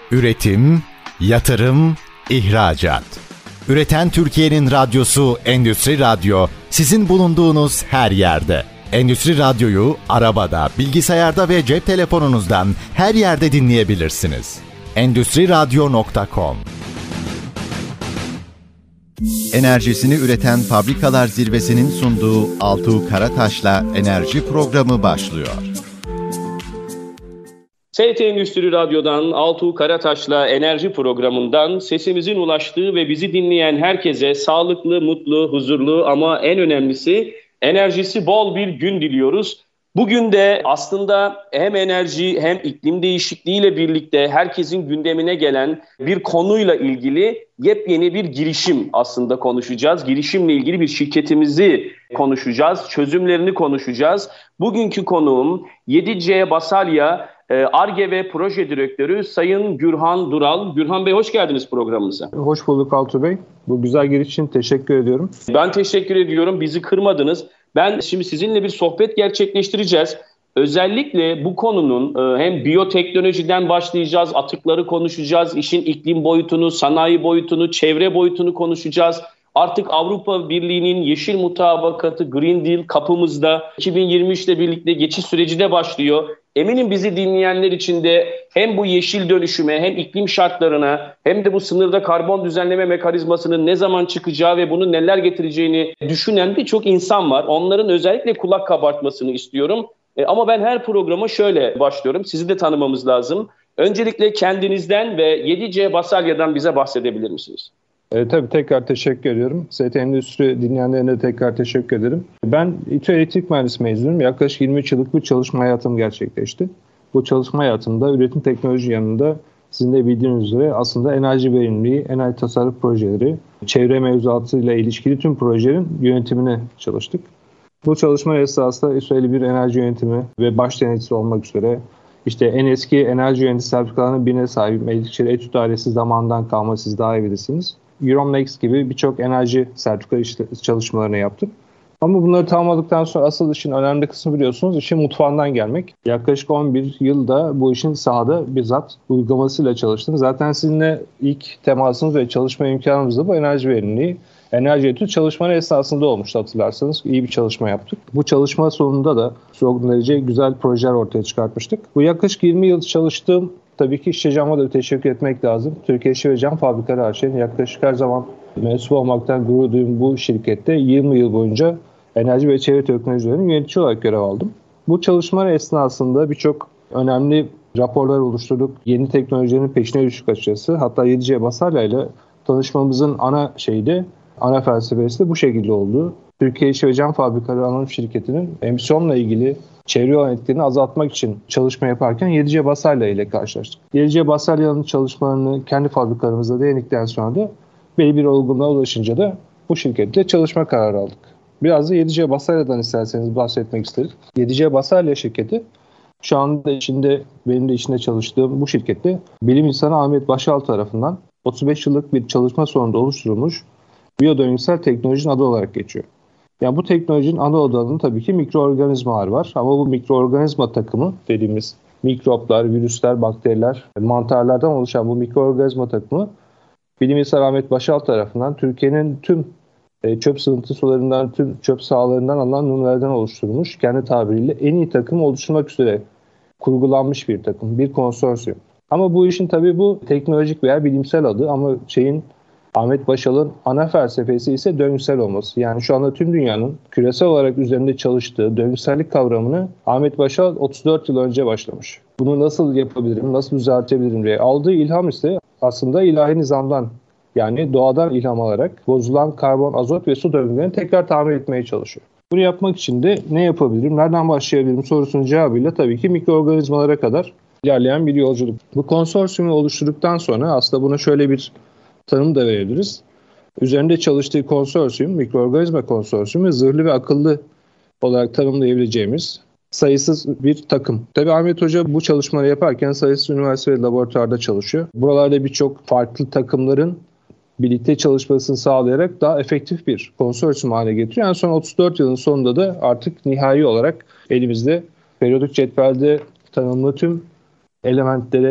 Üretim, yatırım, ihracat. Üreten Türkiye'nin radyosu Endüstri Radyo, sizin bulunduğunuz her yerde. Endüstri Radyo'yu arabada, bilgisayarda ve cep telefonunuzdan her yerde dinleyebilirsiniz. Endüstriradyo.com. Enerjisini üreten fabrikalar zirvesinin sunduğu Altuğ Karataş'la enerji programı başlıyor. ST Endüstri Radyo'dan, Altuğ Karataş'la enerji programından sesimizin ulaştığı ve bizi dinleyen herkese sağlıklı, mutlu, huzurlu ama en önemlisi enerjisi bol bir gün diliyoruz. Bugün de aslında hem enerji hem iklim değişikliğiyle birlikte herkesin gündemine gelen bir konuyla ilgili yepyeni bir girişim aslında konuşacağız. Girişimle ilgili bir şirketimizi konuşacağız, çözümlerini konuşacağız. Bugünkü konuğum 7C Basalya Ar-Ge ve Proje Direktörü Sayın Gürhan Dural. Gürhan Bey, hoş geldiniz programımıza. Hoş bulduk Altuğ Bey. Bu güzel giriş için teşekkür ediyorum. Ben teşekkür ediyorum. Bizi kırmadınız. Ben şimdi sizinle bir sohbet gerçekleştireceğiz. Özellikle bu konunun hem biyoteknolojiden başlayacağız, atıkları konuşacağız, işin iklim boyutunu, sanayi boyutunu, çevre boyutunu konuşacağız. Artık Avrupa Birliği'nin yeşil mutabakatı Green Deal kapımızda, 2023 ile birlikte geçiş süreci de başlıyor. Eminim bizi dinleyenler için de hem bu yeşil dönüşüme hem iklim şartlarına hem de bu sınırda karbon düzenleme mekanizmasının ne zaman çıkacağı ve bunun neler getireceğini düşünen birçok insan var. Onların özellikle kulak kabartmasını istiyorum. Ama ben her programa şöyle başlıyorum. Sizi de tanımamız lazım. Öncelikle kendinizden ve 7C Basalya'dan bize bahsedebilir misiniz? Tabii tekrar teşekkür ediyorum. ST Endüstri dinleyenlerine tekrar teşekkür ederim. Ben İTÜ Elektrik Mühendisi mezunuyum. Yaklaşık 23 yıllık bir çalışma hayatım gerçekleşti. Bu çalışma hayatımda üretim teknoloji yanında sizin de bildiğiniz üzere aslında enerji verimliliği, enerji tasarruf projeleri, çevre mevzuatıyla ilişkili tüm projelerin yönetimine çalıştık. Bu çalışma esasında İsrail'i bir enerji yönetimi ve baş denetçisi olmak üzere İşte en eski enerji yöneticisi sertifikalarının birine sahip Melikşehir Etüt Dairesi zamanından kalma, siz daha iyi bilirsiniz. Euronext gibi birçok enerji sertifika çalışmalarını yaptık. Ama bunları tamamladıktan sonra asıl işin önemli kısmı biliyorsunuz işin mutfağından gelmek. Yaklaşık 11 yılda bu işin sahada bizzat uygulamasıyla çalıştım. Zaten sizinle ilk temasımız ve çalışma imkanımız da bu enerji verimliliği. Enerji etüt çalışmanın esnasında olmuştu hatırlarsanız. İyi bir çalışma yaptık. Bu çalışma sonunda da son derece güzel projeler ortaya çıkartmıştık. Bu yaklaşık 20 yıl çalıştığım, tabii ki İşçi Cam'a da teşekkür etmek lazım. Türkiye İşçi ve Cam Fabrikaları AŞ'nin yaklaşık her zaman mensup olmaktan gurur duyduğum bu şirkette 20 yıl boyunca enerji ve çevre teknolojilerinin yönetici olarak görev aldım. Bu çalışmalar esnasında birçok önemli raporlar oluşturduk. Yeni teknolojilerin peşine düştük açıkçası. Hatta 7C Basalya ile tanışmamızın ana felsefesi de bu şekilde oldu. Türkiye İş ve Cam Fabrikaları Anonim Şirketi'nin emisyonla ilgili çevre yol etkilerini azaltmak için çalışma yaparken 7C Basalya ile karşılaştık. 7C Basalya'nın çalışmalarını kendi fabrikalarımızda denedikten sonra da belli bir olgunluğa ulaşınca da bu şirketle çalışma kararı aldık. Biraz da 7C Basalya'dan isterseniz bahsetmek isterim. 7C Basalya şirketi şu anda benim de içinde çalıştığım bu şirkette bilim insanı Ahmet Başal tarafından 35 yıllık bir çalışma sonunda oluşturulmuş biyodöngüsel teknolojinin adı olarak geçiyor. Yani bu teknolojinin ana odağında tabii ki mikroorganizmalar var. Ama bu mikroorganizma takımı dediğimiz mikroplar, virüsler, bakteriler, mantarlardan oluşan bu mikroorganizma takımı bilim insanı Ahmet Başal tarafından Türkiye'nin tüm çöp sığıntı sularından, tüm çöp sahalarından alınan numaralardan oluşturulmuş. Kendi tabiriyle en iyi takımı oluşturmak üzere kurgulanmış bir takım, bir konsorsiyum. Ama bu işin tabii bu teknolojik veya bilimsel adı ama Ahmet Başal'ın ana felsefesi ise döngüsel olması. Yani şu anda tüm dünyanın küresel olarak üzerinde çalıştığı döngüsellik kavramını Ahmet Başal 34 yıl önce başlamış. Bunu nasıl yapabilirim, nasıl düzeltebilirim diye aldığı ilham ise aslında ilahi nizamdan, yani doğadan ilham alarak bozulan karbon, azot ve su döngülerini tekrar tamir etmeye çalışıyor. Bunu yapmak için de ne yapabilirim, nereden başlayabilirim sorusunun cevabıyla tabii ki mikroorganizmalara kadar ilerleyen bir yolculuk. Bu konsorsiyumu oluşturduktan sonra aslında buna şöyle bir tanım da verebiliriz. Üzerinde çalıştığı konsorsiyum, mikroorganizma konsorsiyumu zırhlı ve akıllı olarak tanımlayabileceğimiz sayısız bir takım. Tabii Ahmet Hoca bu çalışmaları yaparken sayısız üniversite ve laboratuvarda çalışıyor. Buralarda birçok farklı takımların birlikte çalışmasını sağlayarak daha efektif bir konsorsiyum haline getiriyor. En son 34 yılın sonunda da artık nihai olarak elimizde periyodik cetvelde tanımlı tüm elementlere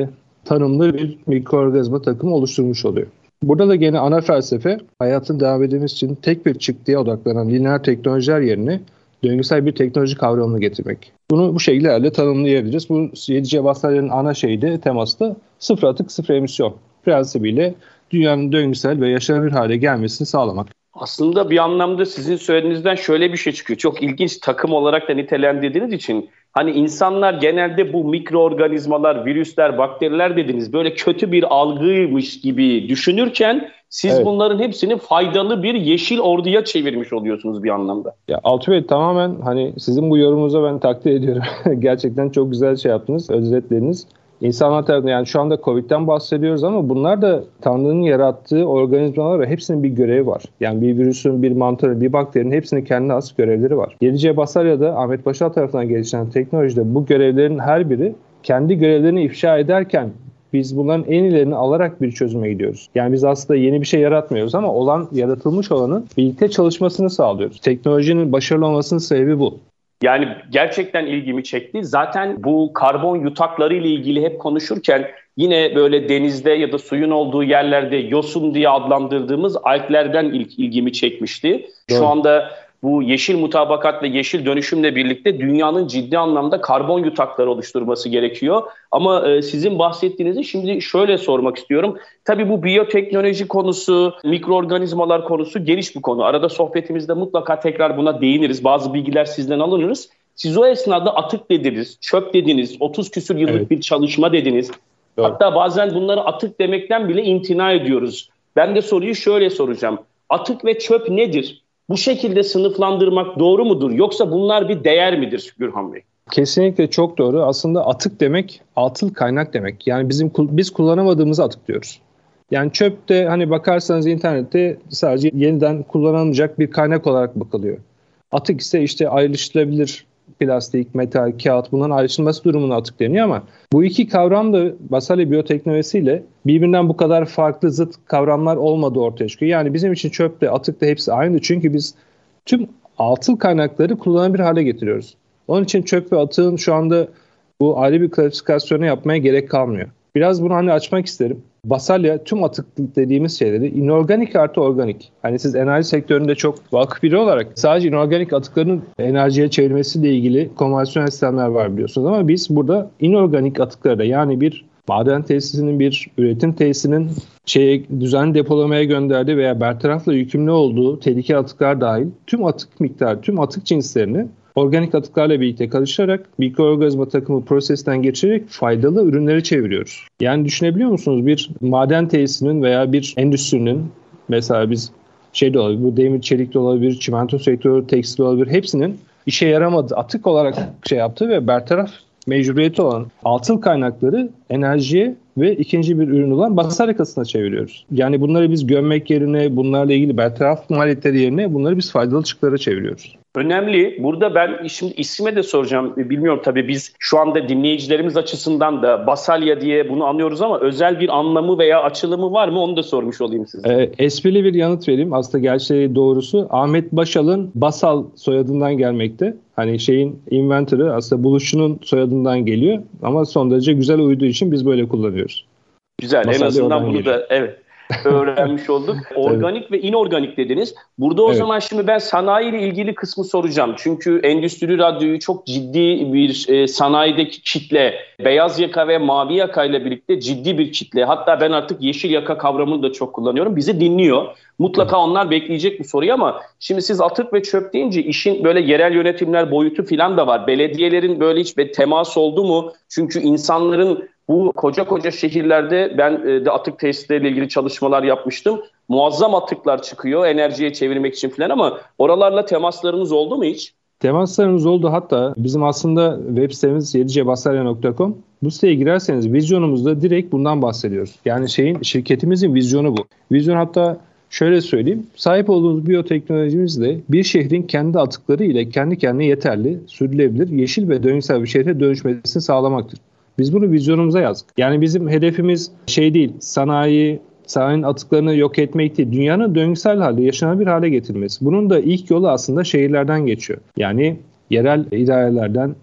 tanımlı bir mikroorganizma takımı oluşturmuş oluyor. Burada da gene ana felsefe hayatın devam edilmesi için tek bir çıktıya odaklanan lineer teknolojiler yerine döngüsel bir teknoloji kavramını getirmek. Bunu bu şekilde tanımlayabiliriz. Bu 7C Bassalya'nın ana şeyi de teması da sıfır atık sıfır emisyon prensibiyle dünyanın döngüsel ve yaşanabilir hale gelmesini sağlamak. Aslında bir anlamda sizin söylediğinizden şöyle bir şey çıkıyor. Çok ilginç, takım olarak da nitelendirdiğiniz için hani insanlar genelde bu mikroorganizmalar, virüsler, bakteriler dediniz böyle kötü bir algıymış gibi düşünürken siz bunların hepsini faydalı bir yeşil orduya çevirmiş oluyorsunuz bir anlamda. Ya Altuğ Bey, tamamen hani sizin bu yorumunuza ben takdir ediyorum. Gerçekten çok güzel şey yaptınız, özetlediniz. İnsanlar tarafından, yani şu anda Covid'den bahsediyoruz ama bunlar da Tanrı'nın yarattığı organizmalar ve hepsinin bir görevi var. Yani bir virüsün, bir mantarın, bir bakterinin hepsinin kendine has görevleri var. 7C Bassalya'da Ahmet Başar tarafından geliştirilen teknolojide bu görevlerin her biri kendi görevlerini ifşa ederken biz bunların en ilerini alarak bir çözüme gidiyoruz. Yani biz aslında yeni bir şey yaratmıyoruz ama yaratılmış olanın birlikte çalışmasını sağlıyoruz. Teknolojinin başarılı olmasının sebebi bu. Yani gerçekten ilgimi çekti. Zaten bu karbon yutakları ile ilgili hep konuşurken yine böyle denizde ya da suyun olduğu yerlerde yosun diye adlandırdığımız alglerden ilk ilgimi çekmişti. Doğru. Şu anda bu yeşil mutabakat ve yeşil dönüşümle birlikte dünyanın ciddi anlamda karbon yutakları oluşturması gerekiyor. Ama sizin bahsettiğinizi şimdi şöyle sormak istiyorum. Tabii bu biyoteknoloji konusu, mikroorganizmalar konusu geniş bir konu. Arada sohbetimizde mutlaka tekrar buna değiniriz. Bazı bilgiler sizden alınırız. Siz o esnada atık dediniz, çöp dediniz, 30 küsur yıllık bir çalışma dediniz. Doğru. Hatta bazen bunları atık demekten bile imtina ediyoruz. Ben de soruyu şöyle soracağım. Atık ve çöp nedir? Bu şekilde sınıflandırmak doğru mudur? Yoksa bunlar bir değer midir Gürhan Bey? Kesinlikle çok doğru. Aslında atık demek atıl kaynak demek. Yani biz kullanamadığımızı atık diyoruz. Yani çöp de hani bakarsanız internette sadece yeniden kullanılmayacak bir kaynak olarak bakılıyor. Atık ise işte ayrıştırılabilir plastik, metal, kağıt, bunların ayrıştırılması durumuna atık deniyor ama bu iki kavram da Bassalya biyoteknolojisiyle birbirinden bu kadar farklı zıt kavramlar olmadığı ortaya çıkıyor. Yani bizim için çöp de atık da hepsi aynı, çünkü biz tüm atıl kaynakları kullanılabilir hale getiriyoruz. Onun için çöp ve atığın şu anda bu ayrı bir klasifikasyonu yapmaya gerek kalmıyor. Biraz bunu hani açmak isterim. Bassalya tüm atık dediğimiz şeyleri inorganik artı organik. Hani siz enerji sektöründe çok vakıf biri olarak sadece inorganik atıkların enerjiye çevirmesiyle ilgili konvansiyonel sistemler var biliyorsunuz. Ama biz burada inorganik atıkları da, yani bir maden tesisinin, bir üretim tesisinin düzenli depolamaya gönderdiği veya bertarafla yükümlü olduğu tehlikeli atıklar dahil tüm atık miktarı, tüm atık cinslerini organik atıklarla birlikte karıştırarak mikroorganizma takımı prosesten geçirerek faydalı ürünleri çeviriyoruz. Yani düşünebiliyor musunuz, bir maden tesisinin veya bir endüstrinin, mesela biz de olabilir, bu demir çelik de olabilir, çimento sektörü, tekstil olabilir, hepsinin işe yaramadığı, atık olarak yaptığı ve bertaraf mecburiyeti olan atıl kaynakları enerjiye ve ikinci bir ürün olan Bassalya kasasına çeviriyoruz. Yani bunları biz gömmek yerine, bunlarla ilgili bertaraf maliyetleri yerine bunları biz faydalı çıktılara çeviriyoruz. Önemli. Burada ben şimdi isme de soracağım. Bilmiyorum tabii, biz şu anda dinleyicilerimiz açısından da Bassalya diye bunu anıyoruz ama özel bir anlamı veya açılımı var mı? Onu da sormuş olayım size. Esprili bir yanıt vereyim. Aslında gerçeği doğrusu Ahmet Başal'ın Basal soyadından gelmekte. Hani inventörü aslında buluşçunun soyadından geliyor. Ama son derece güzel uyduğu için biz böyle kullanıyoruz. Güzel. Bassalya, en azından bunu da öğrenmiş olduk. Organik ve inorganik dediniz. Burada o zaman şimdi ben sanayi ile ilgili kısmı soracağım. Çünkü Endüstri Radyo'yu çok ciddi bir sanayideki kitle, beyaz yaka ve mavi yaka ile birlikte ciddi bir kitle. Hatta ben artık yeşil yaka kavramını da çok kullanıyorum. Bizi dinliyor. Mutlaka onlar bekleyecek bu soruyu ama şimdi siz atık ve çöp deyince işin böyle yerel yönetimler boyutu falan da var. Belediyelerin böyle hiç bir temas oldu mu? Çünkü insanların bu koca şehirlerde ben de atık tesisleriyle ilgili çalışmalar yapmıştım. Muazzam atıklar çıkıyor enerjiye çevirmek için falan ama oralarla temaslarınız oldu mu hiç? Temaslarımız oldu. Hatta bizim aslında web sitemiz 7cbassalya.com. Bu siteye girerseniz vizyonumuzda direkt bundan bahsediyoruz. Yani şirketimizin vizyonu bu. Vizyon hatta şöyle söyleyeyim. Sahip olduğumuz biyoteknolojimizle bir şehrin kendi atıkları ile kendi kendine yeterli, sürdürülebilir, yeşil ve döngüsel bir şehre dönüşmesini sağlamaktır. Biz bunu vizyonumuza yazdık. Yani bizim hedefimiz değil, sanayinin atıklarını yok etmek değil, dünyanın döngüsel halde yaşanabilir hale getirmesi. Bunun da ilk yolu aslında şehirlerden geçiyor. Yani yerel idarelerden,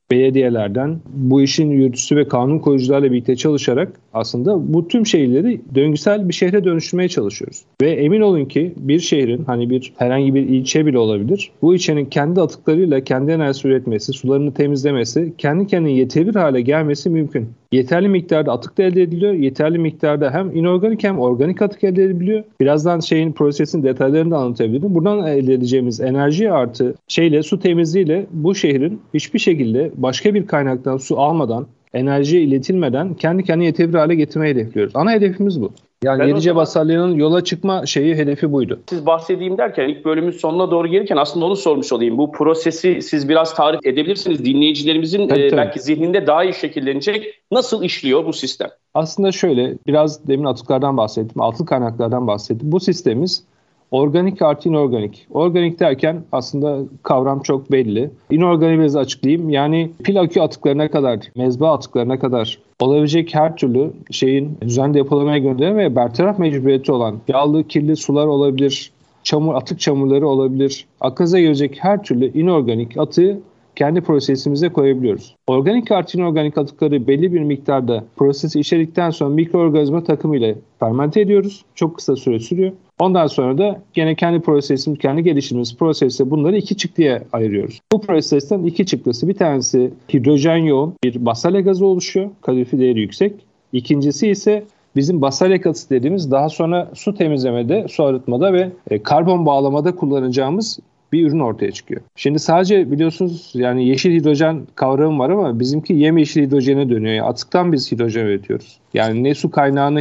belediyelerden, bu işin yürütücüsü ve kanun koyucularla birlikte çalışarak aslında bu tüm şeyleri döngüsel bir şehre dönüştürmeye çalışıyoruz. Ve emin olun ki bir şehrin, hani bir herhangi bir ilçe bile olabilir, bu ilçenin kendi atıklarıyla kendi enerjisi üretmesi, sularını temizlemesi, kendi kendine yeterli hale gelmesi mümkün. Yeterli miktarda atık da elde ediliyor. Yeterli miktarda hem inorganik hem organik atık elde edilebiliyor. Birazdan prosesin detaylarını da anlatabilirim. Buradan elde edeceğimiz enerji artı su temizliğiyle bu şehrin hiçbir şekilde başka bir kaynaktan su almadan, enerjiye iletilmeden kendi kendine yeterli hale getirmeyi hedefliyoruz. Ana hedefimiz bu. Yani Yedice Basalya'nın yola çıkma hedefi buydu. Siz bahsedeyim derken ilk bölümün sonuna doğru gelirken aslında onu sormuş olayım. Bu prosesi siz biraz tarif edebilirsiniz. Dinleyicilerimizin belki zihninde daha iyi şekillenecek. Nasıl işliyor bu sistem? Aslında biraz demin atıklardan bahsettim, atıl kaynaklardan bahsettim. Bu sistemimiz organik artı inorganik. Organik derken aslında kavram çok belli. İnorganik biraz açıklayayım. Yani pil akü atıklarına kadar, mezba atıklarına kadar olabilecek her türlü düzenli depolamaya gönderilen ve bertaraf mecburiyeti olan yağlı, kirli sular olabilir, atık çamurları olabilir. Aklınıza gelecek her türlü inorganik atığı kendi prosesimize koyabiliyoruz. Organik artı inorganik atıkları belli bir miktarda prosesi içerdikten sonra mikroorganizma takımıyla fermente ediyoruz. Çok kısa süre sürüyor. Ondan sonra da gene kendi geliştirdiğimiz prosesle bunları iki çıktıya ayırıyoruz. Bu prosesten iki çıktısı, bir tanesi hidrojen yoğun bir basalya gazı oluşuyor. Kalorifer değeri yüksek. İkincisi ise bizim basalyak atısı dediğimiz daha sonra su temizlemede, su arıtmada ve karbon bağlamada kullanacağımız bir ürün ortaya çıkıyor. Şimdi sadece biliyorsunuz yani yeşil hidrojen kavramı var ama bizimki yemyeşil hidrojene dönüyor. Yani atıktan biz hidrojen üretiyoruz. Yani ne su kaynağını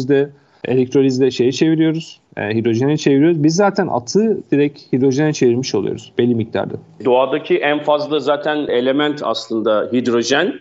elektrolizde çeviriyoruz. Hidrojene çeviriyoruz. Biz zaten atığı direkt hidrojene çevirmiş oluyoruz belli miktarda. Doğadaki en fazla zaten element aslında hidrojen.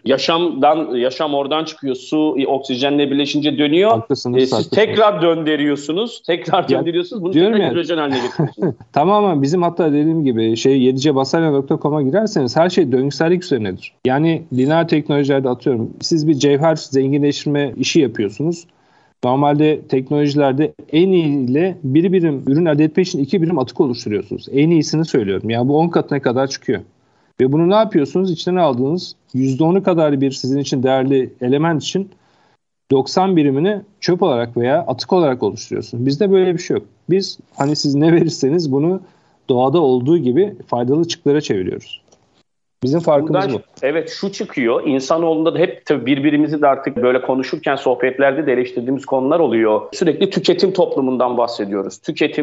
Yaşam oradan çıkıyor. Su oksijenle birleşince dönüyor. Siz tekrar döndürüyorsunuz. Bunu tekrar hidrojen haline getiriyorsunuz. Tamamen bizim, hatta dediğim gibi yedicebasalya.com'a girerseniz her şey döngüsellik üzerinedir. Yani lineer teknolojilerde atıyorum. Siz bir cevher zenginleştirme işi yapıyorsunuz. Normalde teknolojilerde en iyiyle bir birim ürün elde etmek için 2 birim atık oluşturuyorsunuz. En iyisini söylüyorum. Yani bu 10 katına kadar çıkıyor. Ve bunu ne yapıyorsunuz? İçten aldığınız %10'u kadar bir sizin için değerli element için 90 birimini çöp olarak veya atık olarak oluşturuyorsunuz. Bizde böyle bir şey yok. Biz siz ne verirseniz bunu doğada olduğu gibi faydalı çıktılara çeviriyoruz. Bizim farkımız bu. Evet, şu çıkıyor. İnsanoğlunda da hep tabii birbirimizi de artık böyle konuşurken sohbetlerde de eleştirdiğimiz konular oluyor. Sürekli tüketim toplumundan bahsediyoruz.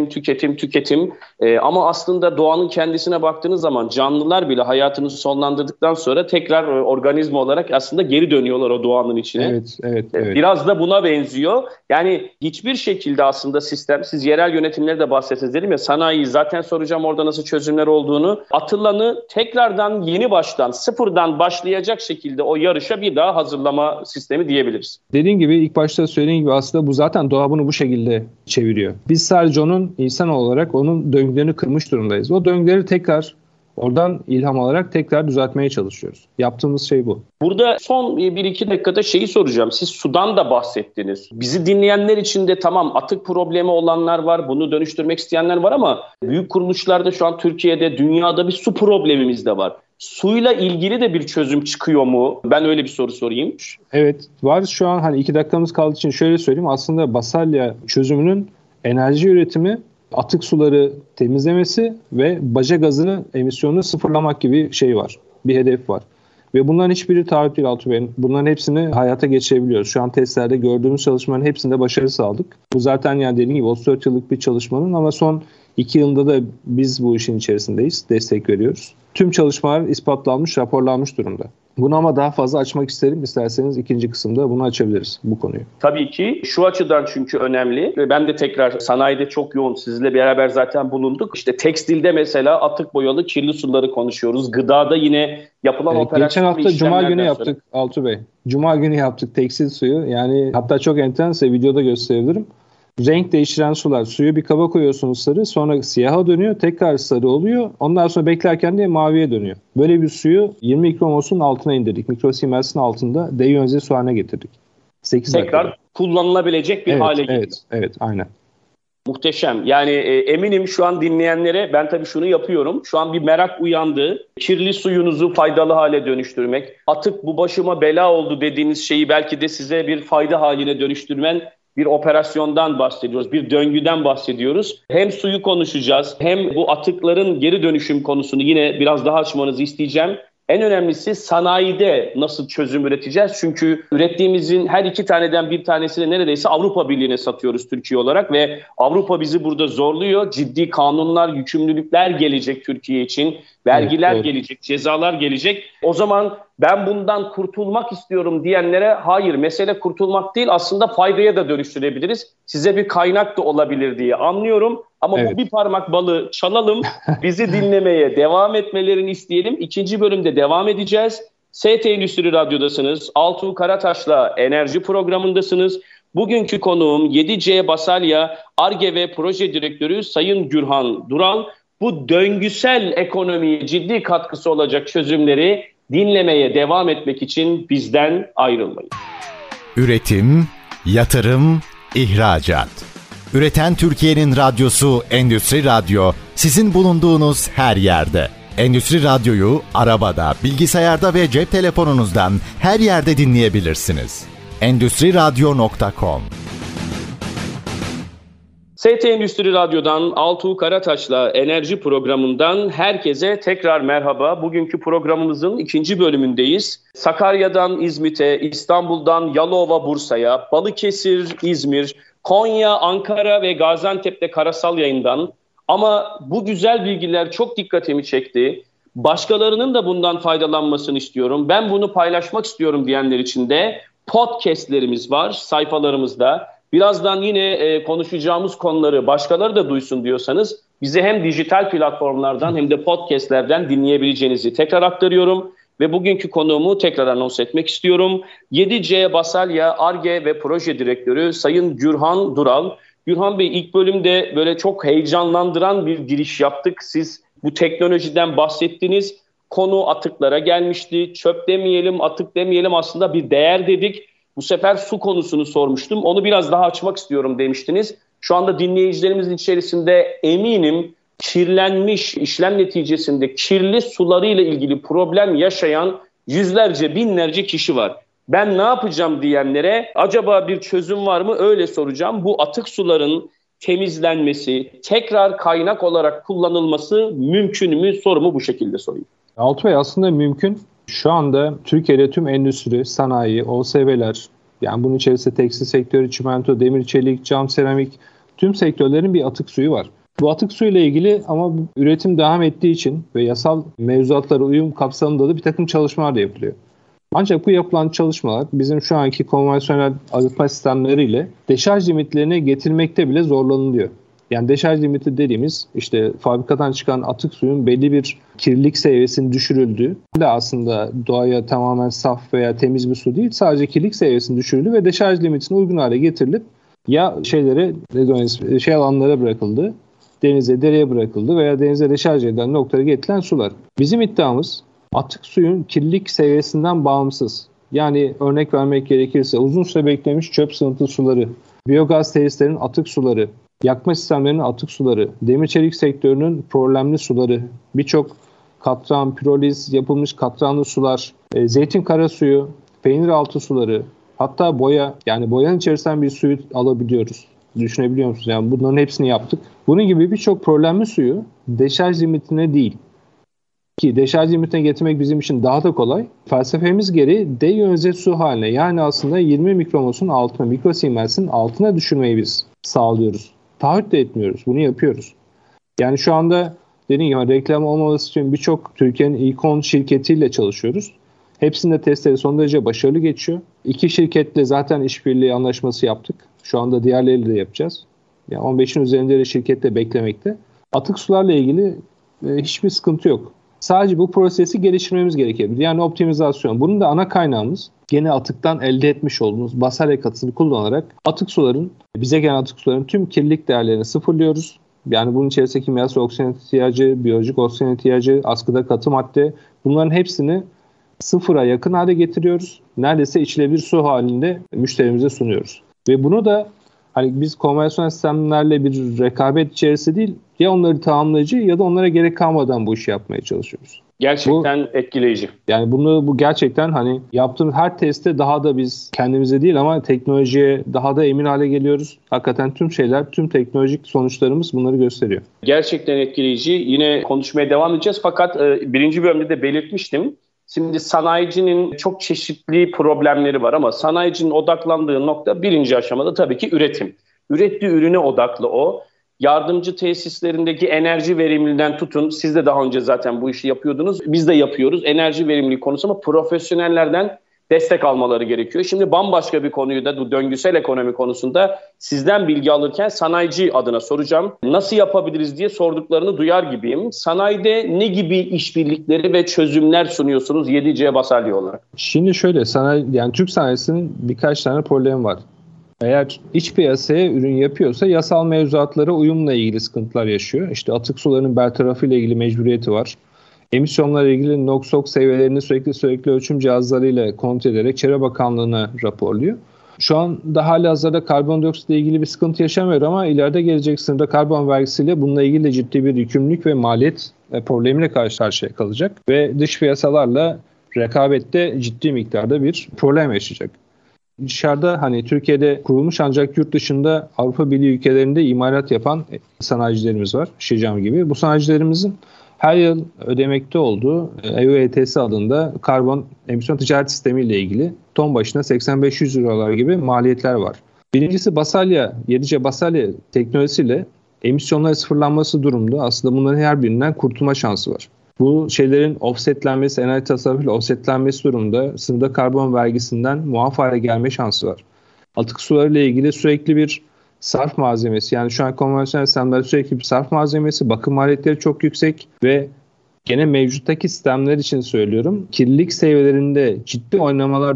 Tüketim. Ama aslında doğanın kendisine baktığınız zaman canlılar bile hayatını sonlandırdıktan sonra tekrar organizma olarak aslında geri dönüyorlar o doğanın içine. Evet. Biraz da buna benziyor. Yani hiçbir şekilde aslında sistem, siz yerel yönetimleri de bahsettiniz dedim ya, sanayi zaten soracağım orada nasıl çözümler olduğunu. Atılanı tekrardan yeni baştan, sıfırdan başlayacak şekilde o yarışa bir daha hazırlama sistemi diyebiliriz. Dediğim gibi, ilk başta söylediğim gibi aslında bu zaten doğa bunu bu şekilde çeviriyor. Biz sadece insan olarak onun döngülerini kırmış durumdayız. O döngüleri tekrar oradan ilham alarak tekrar düzeltmeye çalışıyoruz. Yaptığımız şey bu. Burada son 1-2 dakikada soracağım. Siz sudan da bahsettiniz. Bizi dinleyenler için de tamam, atık problemi olanlar var, bunu dönüştürmek isteyenler var ama büyük kuruluşlarda şu an Türkiye'de, dünyada bir su problemimiz de var. Suyla ilgili de bir çözüm çıkıyor mu? Ben öyle bir soru sorayım. Evet, var. Şu an 2 dakikamız kaldığı için şöyle söyleyeyim. Aslında Basalya çözümünün enerji üretimi, atık suları temizlemesi ve baca gazının emisyonunu sıfırlamak gibi var. Bir hedef var. Ve bunların hiçbiri taahhüt değil Altuğ Bey. Bunların hepsini hayata geçirebiliyoruz. Şu an testlerde gördüğümüz çalışmaların hepsinde başarı sağladık. Bu zaten dediğim gibi 34 yıllık bir çalışmanın ama son 2 yılında da biz bu işin içerisindeyiz. Destek veriyoruz. Tüm çalışmalar ispatlanmış, raporlanmış durumda. Bunu ama daha fazla açmak isterim. İsterseniz ikinci kısımda bunu açabiliriz, bu konuyu. Tabii ki şu açıdan çünkü önemli. Ben de tekrar sanayide çok yoğun, sizinle beraber zaten bulunduk. Tekstilde mesela atık boyalı kirli suları konuşuyoruz. Gıdada yine yapılan operasyon. Geçen hafta Cuma günü yaptık Altuğ Bey. Cuma günü yaptık tekstil suyu. Hatta çok enteresan, videoda gösterebilirim. Renk değiştiren sular. Suyu bir kaba koyuyorsunuz sarı, sonra siyaha dönüyor, tekrar sarı oluyor. Ondan sonra beklerken de maviye dönüyor. Böyle bir suyu 20 mikromol'un altına indirdik. Mikrosiements'in altında deiyonize su haline getirdik. 8 tekrar kullanılabilecek bir hale geliyor. Evet, aynen. Muhteşem. Yani eminim şu an dinleyenlere ben tabii şunu yapıyorum. Şu an bir merak uyandı. Kirli suyunuzu faydalı hale dönüştürmek, atık bu başıma bela oldu dediğiniz şeyi belki de size bir fayda haline dönüştürmen bir operasyondan bahsediyoruz. Bir döngüden bahsediyoruz. Hem suyu konuşacağız, hem bu atıkların geri dönüşüm konusunu yine biraz daha açmanızı isteyeceğim. En önemlisi sanayide nasıl çözüm üreteceğiz? Çünkü ürettiğimizin her iki taneden bir tanesini neredeyse Avrupa Birliği'ne satıyoruz Türkiye olarak ve Avrupa bizi burada zorluyor. Ciddi kanunlar, yükümlülükler gelecek Türkiye için. Vergiler gelecek, cezalar gelecek. O zaman ben bundan kurtulmak istiyorum diyenlere hayır, mesele kurtulmak değil, aslında faydaya da dönüştürebiliriz. Size bir kaynak da olabilir diye anlıyorum. Ama bu bir parmak balı çalalım, bizi dinlemeye devam etmelerini isteyelim. İkinci bölümde devam edeceğiz. ST Endüstri Radyo'dasınız. Altuğ Karataş'la enerji programındasınız. Bugünkü konuğum 7C Basalya Ar-Ge ve Proje Direktörü Sayın Gürhan Dural. Bu döngüsel ekonomiye ciddi katkısı olacak çözümleri dinlemeye devam etmek için bizden ayrılmayın. Üretim, yatırım, ihracat. Üreten Türkiye'nin radyosu Endüstri Radyo, sizin bulunduğunuz her yerde. Endüstri Radyo'yu arabada, bilgisayarda ve cep telefonunuzdan her yerde dinleyebilirsiniz. Endüstriradyo.com. ST Endüstri Radyo'dan Altuğ Karataş'la enerji programından herkese tekrar merhaba. Bugünkü programımızın ikinci bölümündeyiz. Sakarya'dan İzmit'e, İstanbul'dan Yalova, Bursa'ya, Balıkesir, İzmir, Konya, Ankara ve Gaziantep'te karasal yayından. Ama bu güzel bilgiler çok dikkatimi çekti. Başkalarının da bundan faydalanmasını istiyorum. Ben bunu paylaşmak istiyorum diyenler için de podcastlerimiz var sayfalarımızda. Birazdan yine konuşacağımız konuları başkaları da duysun diyorsanız bizi hem dijital platformlardan hem de podcastlerden dinleyebileceğinizi tekrar aktarıyorum. Ve bugünkü konuğumu tekrar anons etmek istiyorum. 7C Basalya Ar-Ge ve Proje Direktörü Sayın Gürhan Dural. Gürhan Bey, ilk bölümde böyle çok heyecanlandıran bir giriş yaptık. Siz bu teknolojiden bahsettiniz. Konu atıklara gelmişti. Çöp demeyelim, atık demeyelim, aslında bir değer dedik. Bu sefer su konusunu sormuştum. Onu biraz daha açmak istiyorum demiştiniz. Şu anda dinleyicilerimizin içerisinde eminim kirlenmiş, işlem neticesinde kirli sularıyla ilgili problem yaşayan yüzlerce, binlerce kişi var. Ben ne yapacağım diyenlere acaba bir çözüm var mı? Öyle soracağım. Bu atık suların temizlenmesi, tekrar kaynak olarak kullanılması mümkün mü? Sorumu bu şekilde sorayım. Altuğ Bey, aslında mümkün. Şu anda Türkiye'de tüm endüstri, sanayi, OSV'ler, yani bunun içerisinde tekstil sektörü, çimento, demir, çelik, cam, seramik, tüm sektörlerin bir atık suyu var. Bu atık suyla ilgili ama üretim devam ettiği için ve yasal mevzuatlara uyum kapsamında da bir takım çalışmalar da yapılıyor. Ancak bu yapılan çalışmalar bizim şu anki konvansiyonel arıtma sistemleriyle deşarj limitlerine getirmekte bile zorlanılıyor. Yani deşarj limiti dediğimiz işte fabrikadan çıkan atık suyun belli bir kirlilik seviyesinin düşürüldüğü de aslında doğaya tamamen saf veya temiz bir su değil, sadece kirlilik seviyesinin düşürüldüğü ve deşarj limitine uygun hale getirilip ya alanlara bırakıldı, denize, dereye bırakıldı veya denize deşarj edilen noktaya getirilen sular. Bizim iddiamız atık suyun kirlilik seviyesinden bağımsız. Yani örnek vermek gerekirse uzun süre beklemiş çöp sığıntı suları, biyogaz tesislerinin atık suları, yakma sistemlerinin atık suları, demir çelik sektörünün problemli suları, birçok katran, piroliz yapılmış katranlı sular, zeytin kara suyu, peynir altı suları, hatta boya, yani boyanın içerisinden bir suyu alabiliyoruz. Düşünebiliyor musunuz? Yani bunların hepsini yaptık. Bunun gibi birçok problemli suyu deşarj limitine değil, ki deşarj limitine getirmek bizim için daha da kolay. Felsefemiz gereği deiyonize su haline, yani aslında 20 mikromosun altına, mikrosiemensin altına düşürmeyi biz sağlıyoruz. Taahhüt de etmiyoruz. Bunu yapıyoruz. Yani şu anda dediğim gibi reklam olmaması için birçok Türkiye'nin ilk 10 şirketiyle çalışıyoruz. Hepsinde testleri son derece başarılı geçiyor. 2 şirketle zaten işbirliği anlaşması yaptık. Şu anda diğerleriyle de yapacağız. Yani 15'in üzerinde de şirketle beklemekte. Atık sularla ilgili hiçbir sıkıntı yok. Sadece bu prosesi geliştirmemiz gerekebilir. Yani optimizasyon. Bunun da ana kaynağımız gene atıktan elde etmiş olduğumuz basalya katısını kullanarak bize gelen atık suların tüm kirlilik değerlerini sıfırlıyoruz. Yani bunun içerisinde kimyasal oksijen ihtiyacı, biyolojik oksijen ihtiyacı, askıda katı madde, bunların hepsini sıfıra yakın hale getiriyoruz. Neredeyse içilebilir su halinde müşterimize sunuyoruz. Ve bunu da Hani biz konvansiyonel sistemlerle bir rekabet içerisinde değil, ya onları tamamlayıcı ya da onlara gerek kalmadan bu işi yapmaya çalışıyoruz. Gerçekten etkileyici. Yani bu gerçekten hani yaptığımız her testte daha da biz kendimize değil ama teknolojiye daha da emin hale geliyoruz. Hakikaten tüm teknolojik sonuçlarımız bunları gösteriyor. Gerçekten etkileyici. Yine konuşmaya devam edeceğiz fakat birinci bölümde de belirtmiştim. Şimdi sanayicinin çok çeşitli problemleri var ama sanayicinin odaklandığı nokta birinci aşamada tabii ki üretim. Ürettiği ürüne odaklı o. Yardımcı tesislerindeki enerji verimliliğinden tutun. Siz de daha önce zaten bu işi yapıyordunuz. Biz de yapıyoruz. Enerji verimliliği konusu ama profesyonellerden destek almaları gerekiyor. Şimdi bambaşka bir konuyu da bu döngüsel ekonomi konusunda sizden bilgi alırken sanayici adına soracağım. Nasıl yapabiliriz diye sorduklarını duyar gibiyim. Sanayide ne gibi işbirlikleri ve çözümler sunuyorsunuz 7C Basalya olarak? Şimdi şöyle, yani Türk sanayisinin birkaç tane problemi var. Eğer iç piyasaya ürün yapıyorsa yasal mevzuatlara uyumla ilgili sıkıntılar yaşıyor. İşte atık sularının bertarafı ile ilgili mecburiyeti var. Emisyonlarla ilgili NOx seviyelerini sürekli ölçüm cihazlarıyla kontrol ederek Çevre Bakanlığı'na raporluyor. Şu anda halihazırda karbondioksitle ilgili bir sıkıntı yaşamıyor ama ileride gelecek sınırda karbon vergisiyle bununla ilgili de ciddi bir yükümlülük ve maliyet problemiyle karşı karşıya kalacak. Ve dış piyasalarla rekabette ciddi miktarda bir problem yaşayacak. Dışarıda hani Türkiye'de kurulmuş ancak yurt dışında Avrupa Birliği ülkelerinde imalat yapan sanayicilerimiz var. Şişecam gibi. Bu sanayicilerimizin her yıl ödemekte olduğu EU ETS adında karbon emisyon ticaret sistemi ile ilgili ton başına 85-100 liralar gibi maliyetler var. Birincisi 7C Basalya teknolojisiyle emisyonları sıfırlanması durumunda aslında bunların her birinden kurtulma şansı var. Bu şeylerin offsetlenmesi, enerji tasarrufuyla offsetlenmesi durumunda sınırda karbon vergisinden muaf hale gelme şansı var. Atık sularıyla ilgili sürekli bir sarf malzemesi, yani şu an konvansiyonel sistemler sürekli bir sarf malzemesi, bakım maliyetleri çok yüksek ve gene mevcuttaki sistemler için söylüyorum, kirlilik seviyelerinde ciddi oynamalar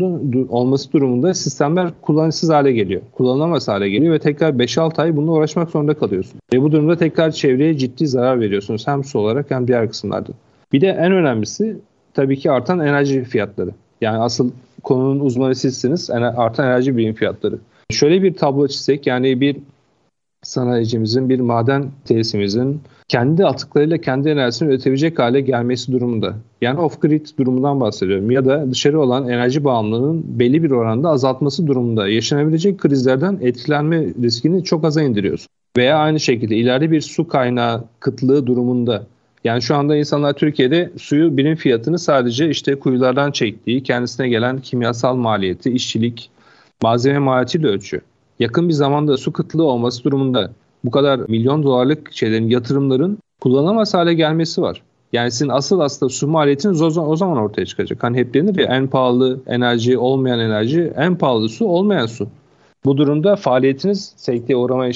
olması durumunda sistemler kullanışsız hale geliyor. Kullanılamaz hale geliyor ve tekrar 5-6 ay bununla uğraşmak zorunda kalıyorsun. Ve bu durumda tekrar çevreye ciddi zarar veriyorsunuz hem su olarak hem diğer kısımlarda. Bir de en önemlisi tabii ki artan enerji fiyatları. Yani asıl konunun uzmanı sizsiniz, artan enerji birim fiyatları. Şöyle bir tablo çizsek, yani bir sanayicimizin, bir maden tesisimizin kendi atıklarıyla kendi enerjisini üretebilecek hale gelmesi durumunda. Yani off-grid durumundan bahsediyorum. Ya da dışarı olan enerji bağımlılığının belli bir oranda azaltması durumunda yaşanabilecek krizlerden etkilenme riskini çok aza indiriyorsun. Veya aynı şekilde ileride bir su kaynağı kıtlığı durumunda. Yani şu anda insanlar Türkiye'de suyu birim fiyatını sadece işte kuyulardan çektiği, kendisine gelen kimyasal maliyeti, işçilik, malzeme maliyetiyle ölçüyor. Yakın bir zamanda su kıtlığı olması durumunda bu kadar milyon dolarlık yatırımların kullanılamaz hale gelmesi var. Yani sizin aslında su maliyetiniz o zaman ortaya çıkacak. Hani hep denir ya, en pahalı enerji olmayan enerji, en pahalı su olmayan su. Bu durumda faaliyetiniz sekteye uğramaya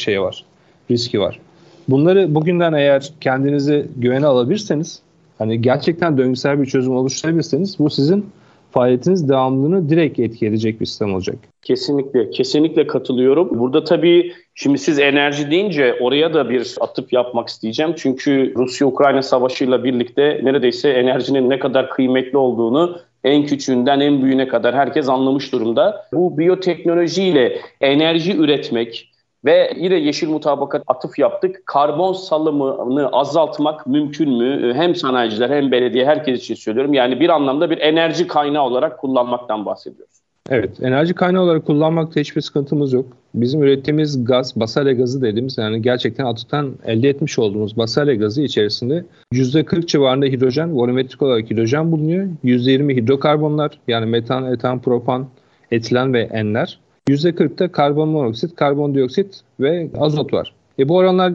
riski var. Bunları bugünden eğer kendinizi güvene alabilirseniz, hani gerçekten döngüsel bir çözüm oluşturabilirseniz bu sizin faaliyetiniz devamlılığını direkt etki edecek bir sistem olacak. Kesinlikle katılıyorum. Burada tabii şimdi siz enerji deyince oraya da bir atıf yapmak isteyeceğim. Çünkü Rusya-Ukrayna savaşıyla birlikte neredeyse enerjinin ne kadar kıymetli olduğunu en küçüğünden en büyüğüne kadar herkes anlamış durumda. Bu biyoteknolojiyle enerji üretmek ve yine yeşil mutabakat atıf yaptık. Karbon salımını azaltmak mümkün mü? Hem sanayiciler hem belediye, herkes için söylüyorum. Yani bir anlamda bir enerji kaynağı olarak kullanmaktan bahsediyoruz. Evet, enerji kaynağı olarak kullanmakta hiçbir sıkıntımız yok. Bizim ürettiğimiz gaz, Basalya gazı dediğimiz, yani gerçekten atıktan elde etmiş olduğumuz Basalya gazı içerisinde %40 civarında hidrojen, volümetrik olarak hidrojen bulunuyor. %20 hidrokarbonlar, yani metan, etan, propan, etilen ve enler. %40'da karbon monoksit, karbondioksit ve azot var. Bu oranlar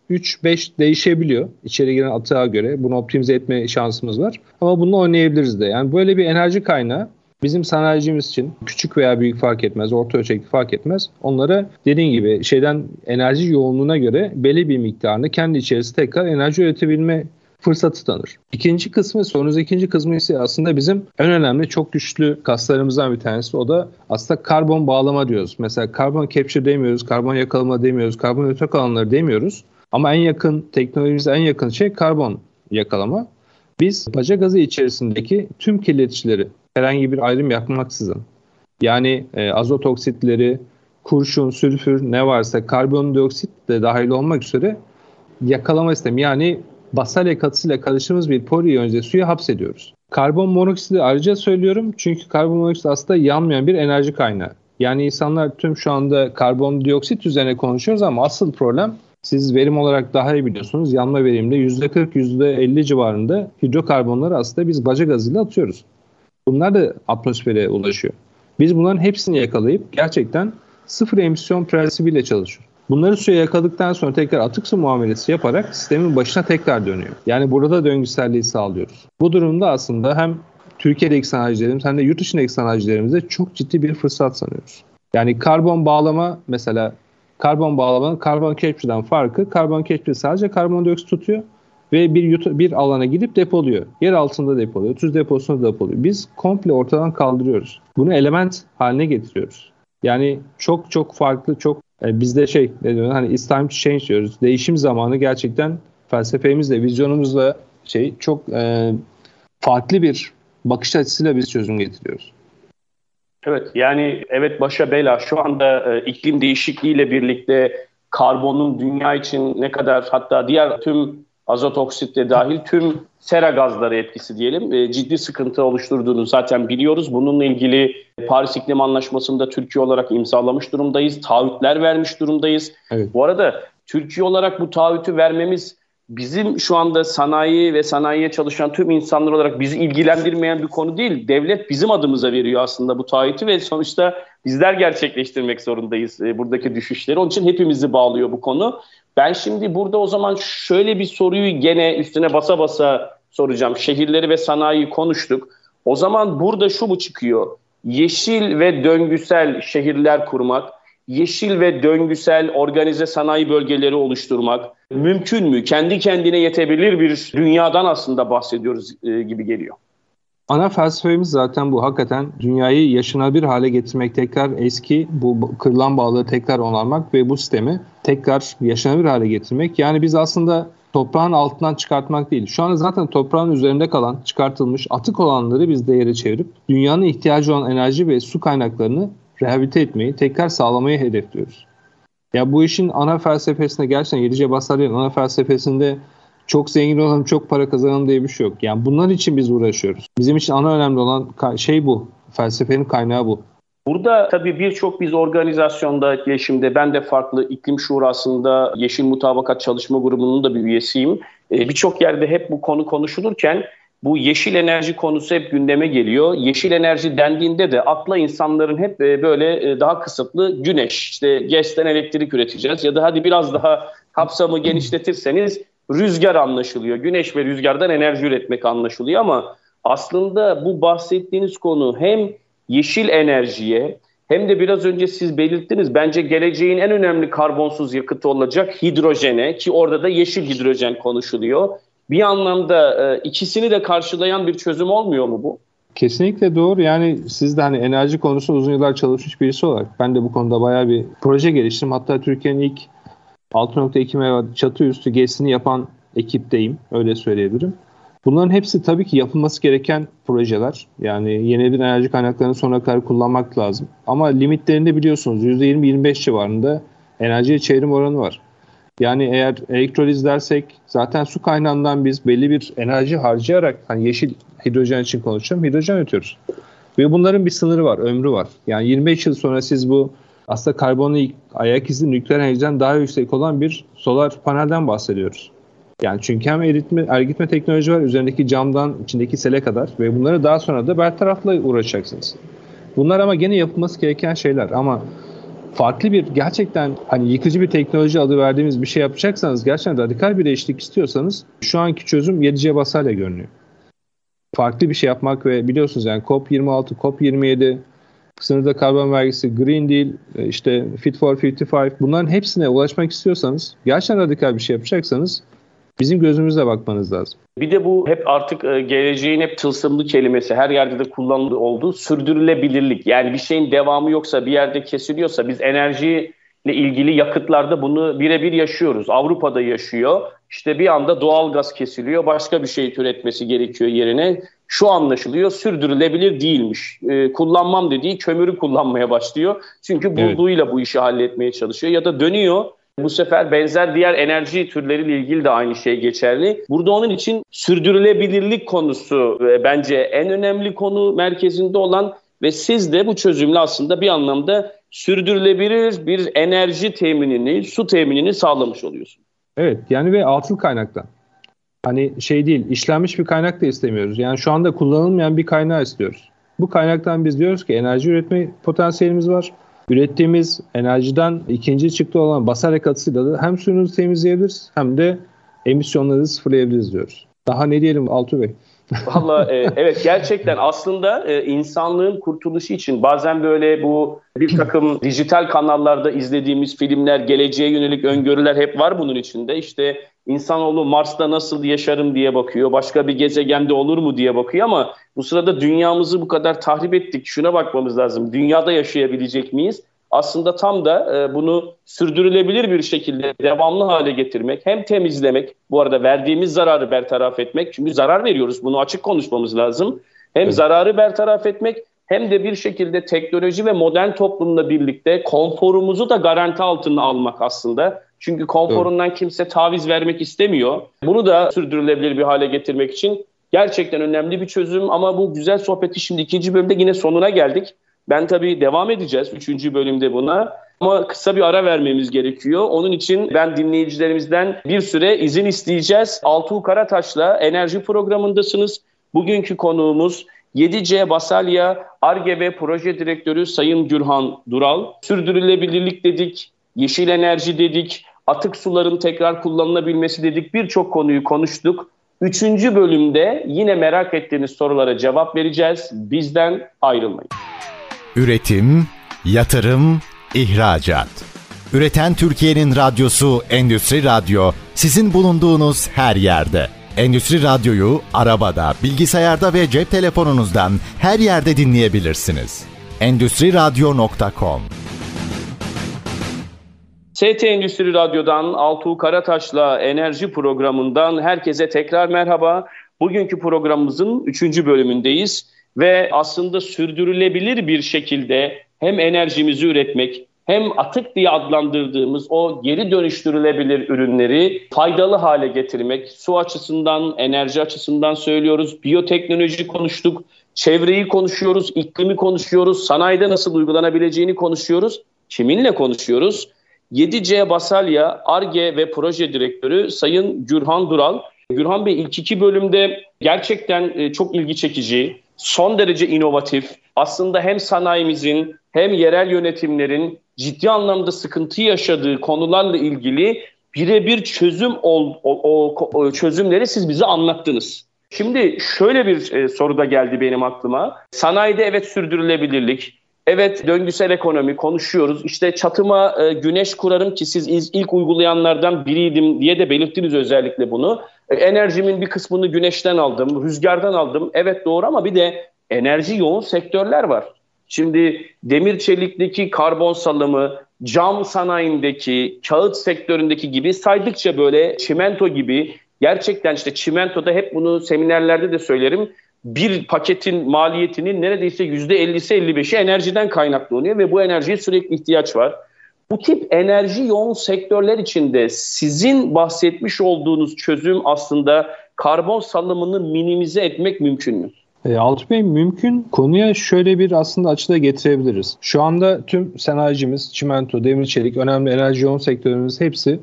3-5 değişebiliyor içeri giren atığa göre. Bunu optimize etme şansımız var. Ama bununla oynayabiliriz de. Yani böyle bir enerji kaynağı bizim sanayicimiz için küçük veya büyük fark etmez, orta ölçekli fark etmez. Onlara dediğin gibi enerji yoğunluğuna göre belli bir miktarını kendi içerisinde tekrar enerji üretebilme fırsatı tanır. Sorunuz ikinci kısmı ise aslında bizim en önemli, çok güçlü kaslarımızdan bir tanesi. O da aslında karbon bağlama diyoruz. Mesela karbon capture demiyoruz, karbon yakalama demiyoruz, karbon nötr alanları demiyoruz. Ama teknolojimize en yakın şey karbon yakalama. Biz baca gazı içerisindeki tüm kirleticileri herhangi bir ayrım yapmaksızın, yani azot oksitleri, kurşun, sülfür ne varsa karbondioksit de dahil olmak üzere yakalama sistemi, yani basalya katısıyla karıştığımız bir por iyonize suya hapsediyoruz. Karbon monoksidi ayrıca söylüyorum çünkü karbon monoksit aslında yanmayan bir enerji kaynağı. Yani insanlar tüm şu anda karbondioksit üzerine konuşuyoruz ama asıl problem, siz verim olarak daha iyi biliyorsunuz, yanma veriminde %40, %50 civarında hidrokarbonları aslında biz baca gazıyla atıyoruz. Bunlar da atmosfere ulaşıyor. Biz bunların hepsini yakalayıp gerçekten sıfır emisyon prensibiyle çalışıyoruz. Bunları suya yakaladıktan sonra tekrar atık su muamelesi yaparak sistemin başına tekrar dönüyor. Yani burada döngüselliği sağlıyoruz. Bu durumda aslında hem Türkiye'deki sanayicilerimiz hem de yurt dışındaki sanayicilerimize çok ciddi bir fırsat sanıyoruz. Yani karbon bağlama, mesela karbon bağlamanın karbon capture'dan farkı, karbon capture sadece karbondioksit tutuyor ve bir alana gidip depoluyor. Yer altında depoluyor, tuz deposunda depoluyor. Biz komple ortadan kaldırıyoruz. Bunu element haline getiriyoruz. Yani çok çok farklı, çok bizde ne diyorlar, hani it's time to change diyoruz. Değişim zamanı, gerçekten felsefemizle, vizyonumuzla çok farklı bir bakış açısıyla biz çözüm getiriyoruz. Evet, yani evet, başa bela. Şu anda iklim değişikliğiyle birlikte karbonun dünya için ne kadar, hatta diğer tüm azot oksit de dahil tüm sera gazları etkisi diyelim ciddi sıkıntı oluşturduğunu zaten biliyoruz. Bununla ilgili Paris İklim Anlaşması'nda Türkiye olarak imzalamış durumdayız. Taahhütler vermiş durumdayız. Evet. Bu arada Türkiye olarak bu taahhütü vermemiz bizim şu anda sanayi ve sanayiye çalışan tüm insanlar olarak bizi ilgilendirmeyen bir konu değil. Devlet bizim adımıza veriyor aslında bu taahhütü ve sonuçta bizler gerçekleştirmek zorundayız buradaki düşüşleri. Onun için hepimizi bağlıyor bu konu. Ben şimdi burada o zaman şöyle bir soruyu gene üstüne basa basa soracağım. Şehirleri ve sanayiyi konuştuk. O zaman burada şu mu çıkıyor? Yeşil ve döngüsel şehirler kurmak, yeşil ve döngüsel organize sanayi bölgeleri oluşturmak mümkün mü? Kendi kendine yetebilir bir dünyadan aslında bahsediyoruz gibi geliyor. Ana felsefemiz zaten bu. Hakikaten dünyayı yaşanabilir hale getirmek, tekrar eski bu kırılan bağları tekrar onarmak ve bu sistemi tekrar yaşanabilir hale getirmek. Yani biz aslında toprağın altından çıkartmak değil. Şu anda zaten toprağın üzerinde kalan, çıkartılmış atık olanları biz değere çevirip dünyanın ihtiyacı olan enerji ve su kaynaklarını rehabilite etmeyi, tekrar sağlamayı hedefliyoruz. Ya bu işin ana felsefesinde, gerçekten Yedice Basaryan'ın ana felsefesinde çok zengin olalım, çok para kazanalım diye bir şey yok. Yani bunlar için biz uğraşıyoruz. Bizim için ana önemli olan şey bu. Felsefenin kaynağı bu. Burada tabii birçok biz organizasyonda, şimdi ben de farklı iklim şurasında Yeşil Mutabakat Çalışma Grubu'nun da bir üyesiyim. Birçok yerde hep bu konu konuşulurken bu yeşil enerji konusu hep gündeme geliyor. Yeşil enerji dendiğinde de akla insanların hep böyle daha kısıtlı güneş, işte GES'ten elektrik üreteceğiz ya da hadi biraz daha kapsamı genişletirseniz rüzgar anlaşılıyor. Güneş ve rüzgardan enerji üretmek anlaşılıyor ama aslında bu bahsettiğiniz konu hem yeşil enerjiye hem de biraz önce siz belirttiniz, bence geleceğin en önemli karbonsuz yakıtı olacak hidrojene, ki orada da yeşil hidrojen konuşuluyor. Bir anlamda ikisini de karşılayan bir çözüm olmuyor mu bu? Kesinlikle doğru. Yani siz de hani enerji konusunda uzun yıllar çalışmış birisi olarak ben de bu konuda bayağı bir proje geliştirdim. Hatta Türkiye'nin ilk 6.2 megawatt çatı üstü GES'ini yapan ekipteyim. Öyle söyleyebilirim. Bunların hepsi tabii ki yapılması gereken projeler. Yani yenilenebilir enerji kaynaklarını sonuna kadar kullanmak lazım. Ama limitlerinde biliyorsunuz %20-25 civarında enerjiye çevrim oranı var. Yani eğer elektroliz dersek zaten su kaynağından biz belli bir enerji harcayarak, hani yeşil hidrojen için konuşuyorum, hidrojen üretiyoruz. Ve bunların bir sınırı var, ömrü var. Yani 25 yıl sonra siz bu aslında karbonlu ayak izi nükleer enerjiden daha yüksek olan bir solar panelden bahsediyoruz. Yani çünkü hem ergitme teknoloji var, üzerindeki camdan içindeki sele kadar ve bunları daha sonra da bertarafla uğraşacaksınız. Bunlar ama gene yapılması gereken şeyler ama farklı bir, gerçekten hani yıkıcı bir teknoloji adı verdiğimiz bir şey yapacaksanız, gerçekten radikal bir değişiklik istiyorsanız şu anki çözüm 7C basarla görünüyor. Farklı bir şey yapmak ve biliyorsunuz yani COP26, COP27, sınırda karbon vergisi, Green Deal, işte Fit for 55, bunların hepsine ulaşmak istiyorsanız, gerçekten radikal bir şey yapacaksanız bizim gözümüzle bakmanız lazım. Bir de bu hep artık geleceğin hep tılsımlı kelimesi, her yerde de kullanıldığı olduğu sürdürülebilirlik. Yani bir şeyin devamı yoksa, bir yerde kesiliyorsa, biz enerjiyle ilgili yakıtlarda bunu birebir yaşıyoruz. Avrupa'da yaşıyor. İşte bir anda doğal gaz kesiliyor, başka bir şey üretmesi gerekiyor yerine. şu anlaşılıyor: sürdürülebilir değilmiş. Kullanmam dediği kömürü kullanmaya başlıyor. Çünkü bulduğuyla bu işi halletmeye çalışıyor. Ya da dönüyor. Bu sefer benzer diğer enerji türleriyle ilgili de aynı şey geçerli. Burada onun için sürdürülebilirlik konusu bence en önemli konu merkezinde olan ve siz de bu çözümle aslında bir anlamda sürdürülebilir bir enerji teminini, su teminini sağlamış oluyorsunuz. Evet, yani ve atıl kaynaktan. Hani şey değil, işlenmiş bir kaynak da istemiyoruz. Yani şu anda kullanılmayan bir kaynağı istiyoruz. Bu kaynaktan biz diyoruz ki enerji üretme potansiyelimiz var. Ürettiğimiz enerjiden ikinci çıktı olan basar katısıyla da hem suyumuzu temizleyebiliriz hem de emisyonları sıfırlayabiliriz diyoruz. Daha ne diyelim Altuğ Bey? Vallahi evet, gerçekten aslında insanlığın kurtuluşu için bazen böyle bu bir takım dijital kanallarda izlediğimiz filmler, geleceğe yönelik öngörüler hep var bunun içinde. İşte insanoğlu Mars'ta nasıl yaşarım diye bakıyor, başka bir gezegende olur mu diye bakıyor ama bu sırada dünyamızı bu kadar tahrip ettik. Şuna bakmamız lazım: dünyada yaşayabilecek miyiz? Aslında tam da bunu sürdürülebilir bir şekilde devamlı hale getirmek, hem temizlemek, bu arada verdiğimiz zararı bertaraf etmek, çünkü zarar veriyoruz, bunu açık konuşmamız lazım. Hem zararı bertaraf etmek hem de bir şekilde teknoloji ve modern toplumla birlikte konforumuzu da garanti altına almak aslında. Çünkü konforundan kimse taviz vermek istemiyor. Bunu da sürdürülebilir bir hale getirmek için gerçekten önemli bir çözüm. Ama bu güzel sohbeti şimdi ikinci bölümde yine sonuna geldik. Ben tabii devam edeceğiz 3. bölümde buna. Ama kısa bir ara vermemiz gerekiyor. Onun için ben dinleyicilerimizden bir süre izin isteyeceğiz. Altuğ Karataş'la enerji programındasınız. Bugünkü konuğumuz 7C Basalya Ar-Ge ve Proje Direktörü Sayın Gürhan Dural. Sürdürülebilirlik dedik, yeşil enerji dedik, atık suların tekrar kullanılabilmesi dedik. Birçok konuyu konuştuk. 3. bölümde yine merak ettiğiniz sorulara cevap vereceğiz. Bizden ayrılmayın. Üretim, yatırım, ihracat. Üreten Türkiye'nin radyosu Endüstri Radyo, sizin bulunduğunuz her yerde. Endüstri Radyo'yu arabada, bilgisayarda ve cep telefonunuzdan her yerde dinleyebilirsiniz. Endüstriradyo.com. ST Endüstri Radyo'dan Altuğ Karataş'la enerji programından herkese tekrar merhaba. Bugünkü programımızın 3. bölümündeyiz. Ve aslında sürdürülebilir bir şekilde hem enerjimizi üretmek hem atık diye adlandırdığımız o geri dönüştürülebilir ürünleri faydalı hale getirmek. Su açısından, enerji açısından söylüyoruz. Biyoteknoloji konuştuk, çevreyi konuşuyoruz, iklimi konuşuyoruz, sanayide nasıl uygulanabileceğini konuşuyoruz. Kiminle konuşuyoruz? 7C Basalya Ar-Ge ve Proje Direktörü Sayın Gürhan Dural. Gürhan Bey, ilk 2 bölümde gerçekten çok ilgi çekici, son derece inovatif, aslında hem sanayimizin hem yerel yönetimlerin ciddi anlamda sıkıntı yaşadığı konularla ilgili birebir çözümleri siz bize anlattınız. Şimdi şöyle bir soru da geldi benim aklıma. Sanayide evet sürdürülebilirlik, evet döngüsel ekonomi konuşuyoruz. İşte çatıma güneş kurarım ki siz ilk uygulayanlardan biriydim diye de belirttiniz özellikle bunu. Enerjimin bir kısmını güneşten aldım, rüzgardan aldım. Evet doğru, ama bir de enerji yoğun sektörler var. Şimdi demir çelikteki karbon salımı, cam sanayindeki, kağıt sektöründeki gibi saydıkça böyle çimento gibi, gerçekten işte çimentoda hep bunu seminerlerde de söylerim. Bir paketin maliyetinin neredeyse %50'si 55'i enerjiden kaynaklanıyor ve bu enerjiye sürekli ihtiyaç var. Bu tip enerji yoğun sektörler içinde sizin bahsetmiş olduğunuz çözüm aslında karbon salımını minimize etmek mümkün mü? Altuğ Bey, mümkün. Konuya şöyle bir aslında açıda getirebiliriz. Şu anda tüm sanayicimiz, çimento, demir çelik, önemli enerji yoğun sektörümüz hepsi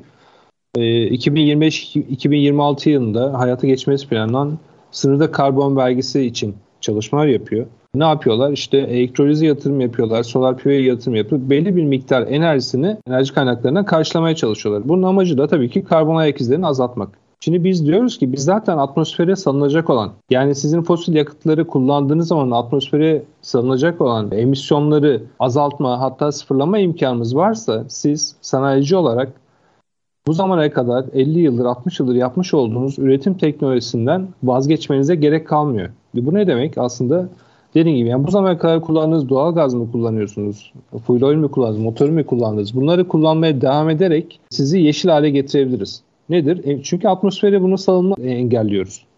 2025-2026 yılında hayata geçmesi planlanan sınırda karbon vergisi için çalışmalar yapıyor. Ne yapıyorlar? İşte elektrolize yatırım yapıyorlar, solar PV'ye yatırım yapıp belli bir miktar enerjisini enerji kaynaklarından karşılamaya çalışıyorlar. Bunun amacı da tabii ki karbon ayak izlerini azaltmak. Şimdi biz diyoruz ki biz zaten atmosfere salınacak olan, yani sizin fosil yakıtları kullandığınız zaman atmosfere salınacak olan emisyonları azaltma, hatta sıfırlama imkanımız varsa siz sanayici olarak bu zamana kadar 50 yıldır 60 yıldır yapmış olduğunuz üretim teknolojisinden vazgeçmenize gerek kalmıyor. Bu ne demek? Aslında dediğim gibi, yani bu zamana kadar kullandığınız doğal gaz mı kullanıyorsunuz? Fuel oil mi kullandınız? Motoru mu kullandınız? Bunları kullanmaya devam ederek sizi yeşil hale getirebiliriz. Nedir? Çünkü atmosfere bunu salınma engelliyoruz.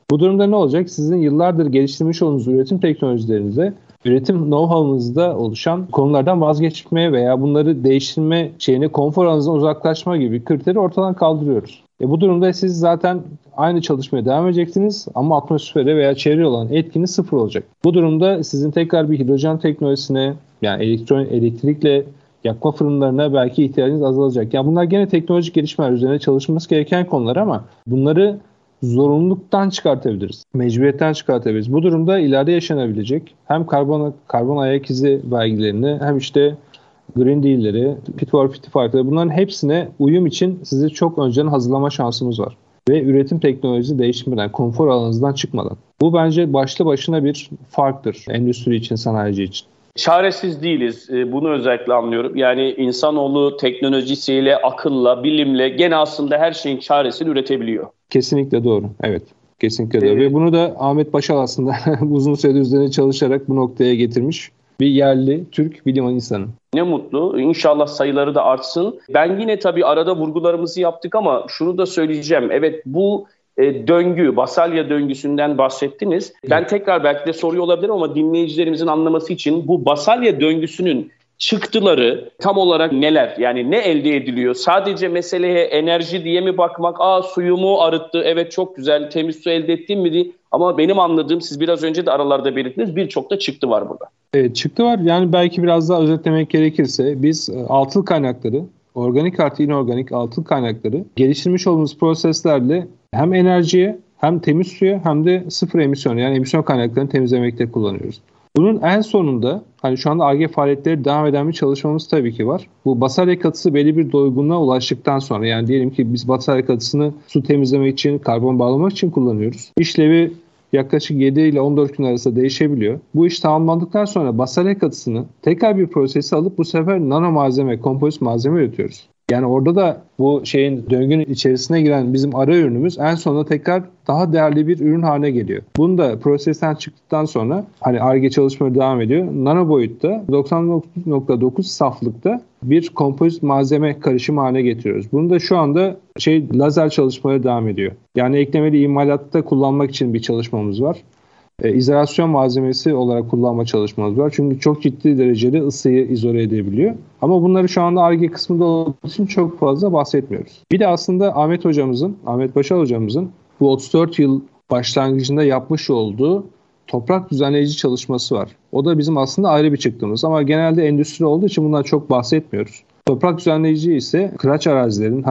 Bu durumda ne olacak? Sizin yıllardır geliştirmiş olduğunuz üretim teknolojilerinizde, üretim know-how'ınızda oluşan konulardan vazgeçmeye veya bunları değiştirme konfor alanınızdan uzaklaşma gibi kriteri ortadan kaldırıyoruz. Bu durumda siz zaten aynı çalışmaya devam edeceksiniz ama atmosfere veya çevreye olan etkiniz sıfır olacak. Bu durumda sizin tekrar bir hidrojen teknolojisine, yani elektrikle yakma fırınlarına belki ihtiyacınız azalacak. Yani bunlar gene teknolojik gelişmeler üzerine çalışılması gereken konular ama bunları zorunluluktan çıkartabiliriz. Mecburiyetten çıkartabiliriz. Bu durumda ileride yaşanabilecek hem karbon ayak izi vergilerini hem işte Green Deal'leri, Fit for 55'leri bunların hepsine uyum için sizi çok önceden hazırlama şansımız var. Ve üretim teknolojisi değişmeden, konfor alanınızdan çıkmadan. Bu bence başlı başına bir farktır endüstri için, sanayici için. Çaresiz değiliz. Bunu özellikle anlıyorum. Yani insanoğlu teknolojisiyle, akılla, bilimle gene aslında her şeyin çaresini üretebiliyor. Kesinlikle doğru. Evet. Kesinlikle doğru. Ve bunu da Ahmet Başal aslında uzun süredir üzerine çalışarak bu noktaya getirmiş bir yerli Türk bilim insanı. Ne mutlu. İnşallah sayıları da artsın. Ben yine tabii arada vurgularımızı yaptık ama şunu da söyleyeceğim. Evet, bu döngü, Basalya döngüsünden bahsettiniz. Ben tekrar belki de soruyor olabilirim ama dinleyicilerimizin anlaması için bu Basalya döngüsünün çıktıları tam olarak neler? Yani ne elde ediliyor? Sadece meseleye enerji diye mi bakmak? Suyumu arıttı, evet çok güzel, temiz su elde ettim mi diye. Ama benim anladığım, siz biraz önce de aralarda belirttiniz, birçok da çıktı var burada. Evet, çıktı var. Yani belki biraz daha özetlemek gerekirse biz altın kaynakları, organik artı inorganik altın kaynakları geliştirmiş olduğumuz proseslerle hem enerjiye hem temiz suya hem de sıfır emisyon, yani emisyon kaynaklarını temizlemekte kullanıyoruz. Bunun en sonunda şu anda Ar-Ge faaliyetleri devam eden bir çalışmamız tabii ki var. Bu Basalya katısı belli bir doygunluğa ulaştıktan sonra, yani diyelim ki biz Basalya katısını su temizlemek için, karbon bağlamak için kullanıyoruz. İşlevi yaklaşık 7 ile 14 gün arasında değişebiliyor. Bu iş tamamlandıktan sonra Basalya katısını tekrar bir prosese alıp bu sefer nano malzeme, kompozit malzeme üretiyoruz. Yani orada da bu döngünün içerisine giren bizim ara ürünümüz en sonunda tekrar daha değerli bir ürün haline geliyor. Bunu da prosesten çıktıktan sonra Ar-Ge çalışmaları devam ediyor. Nano boyutta 99.9 saflıkta bir kompozit malzeme karışımı haline getiriyoruz. Bunu da şu anda lazer çalışmaları devam ediyor. Yani eklemeli imalatta kullanmak için bir çalışmamız var. İzolasyon malzemesi olarak kullanma çalışmamız var. Çünkü çok ciddi derecede ısıyı izole edebiliyor. Ama bunları şu anda Ar-Ge kısmında olduğu için çok fazla bahsetmiyoruz. Bir de aslında Ahmet Başal hocamızın bu 34 yıl başlangıcında yapmış olduğu toprak düzenleyici çalışması var. O da bizim aslında ayrı bir çıktığımız ama genelde endüstri olduğu için bundan çok bahsetmiyoruz. Toprak düzenleyici ise kıraç arazilerin,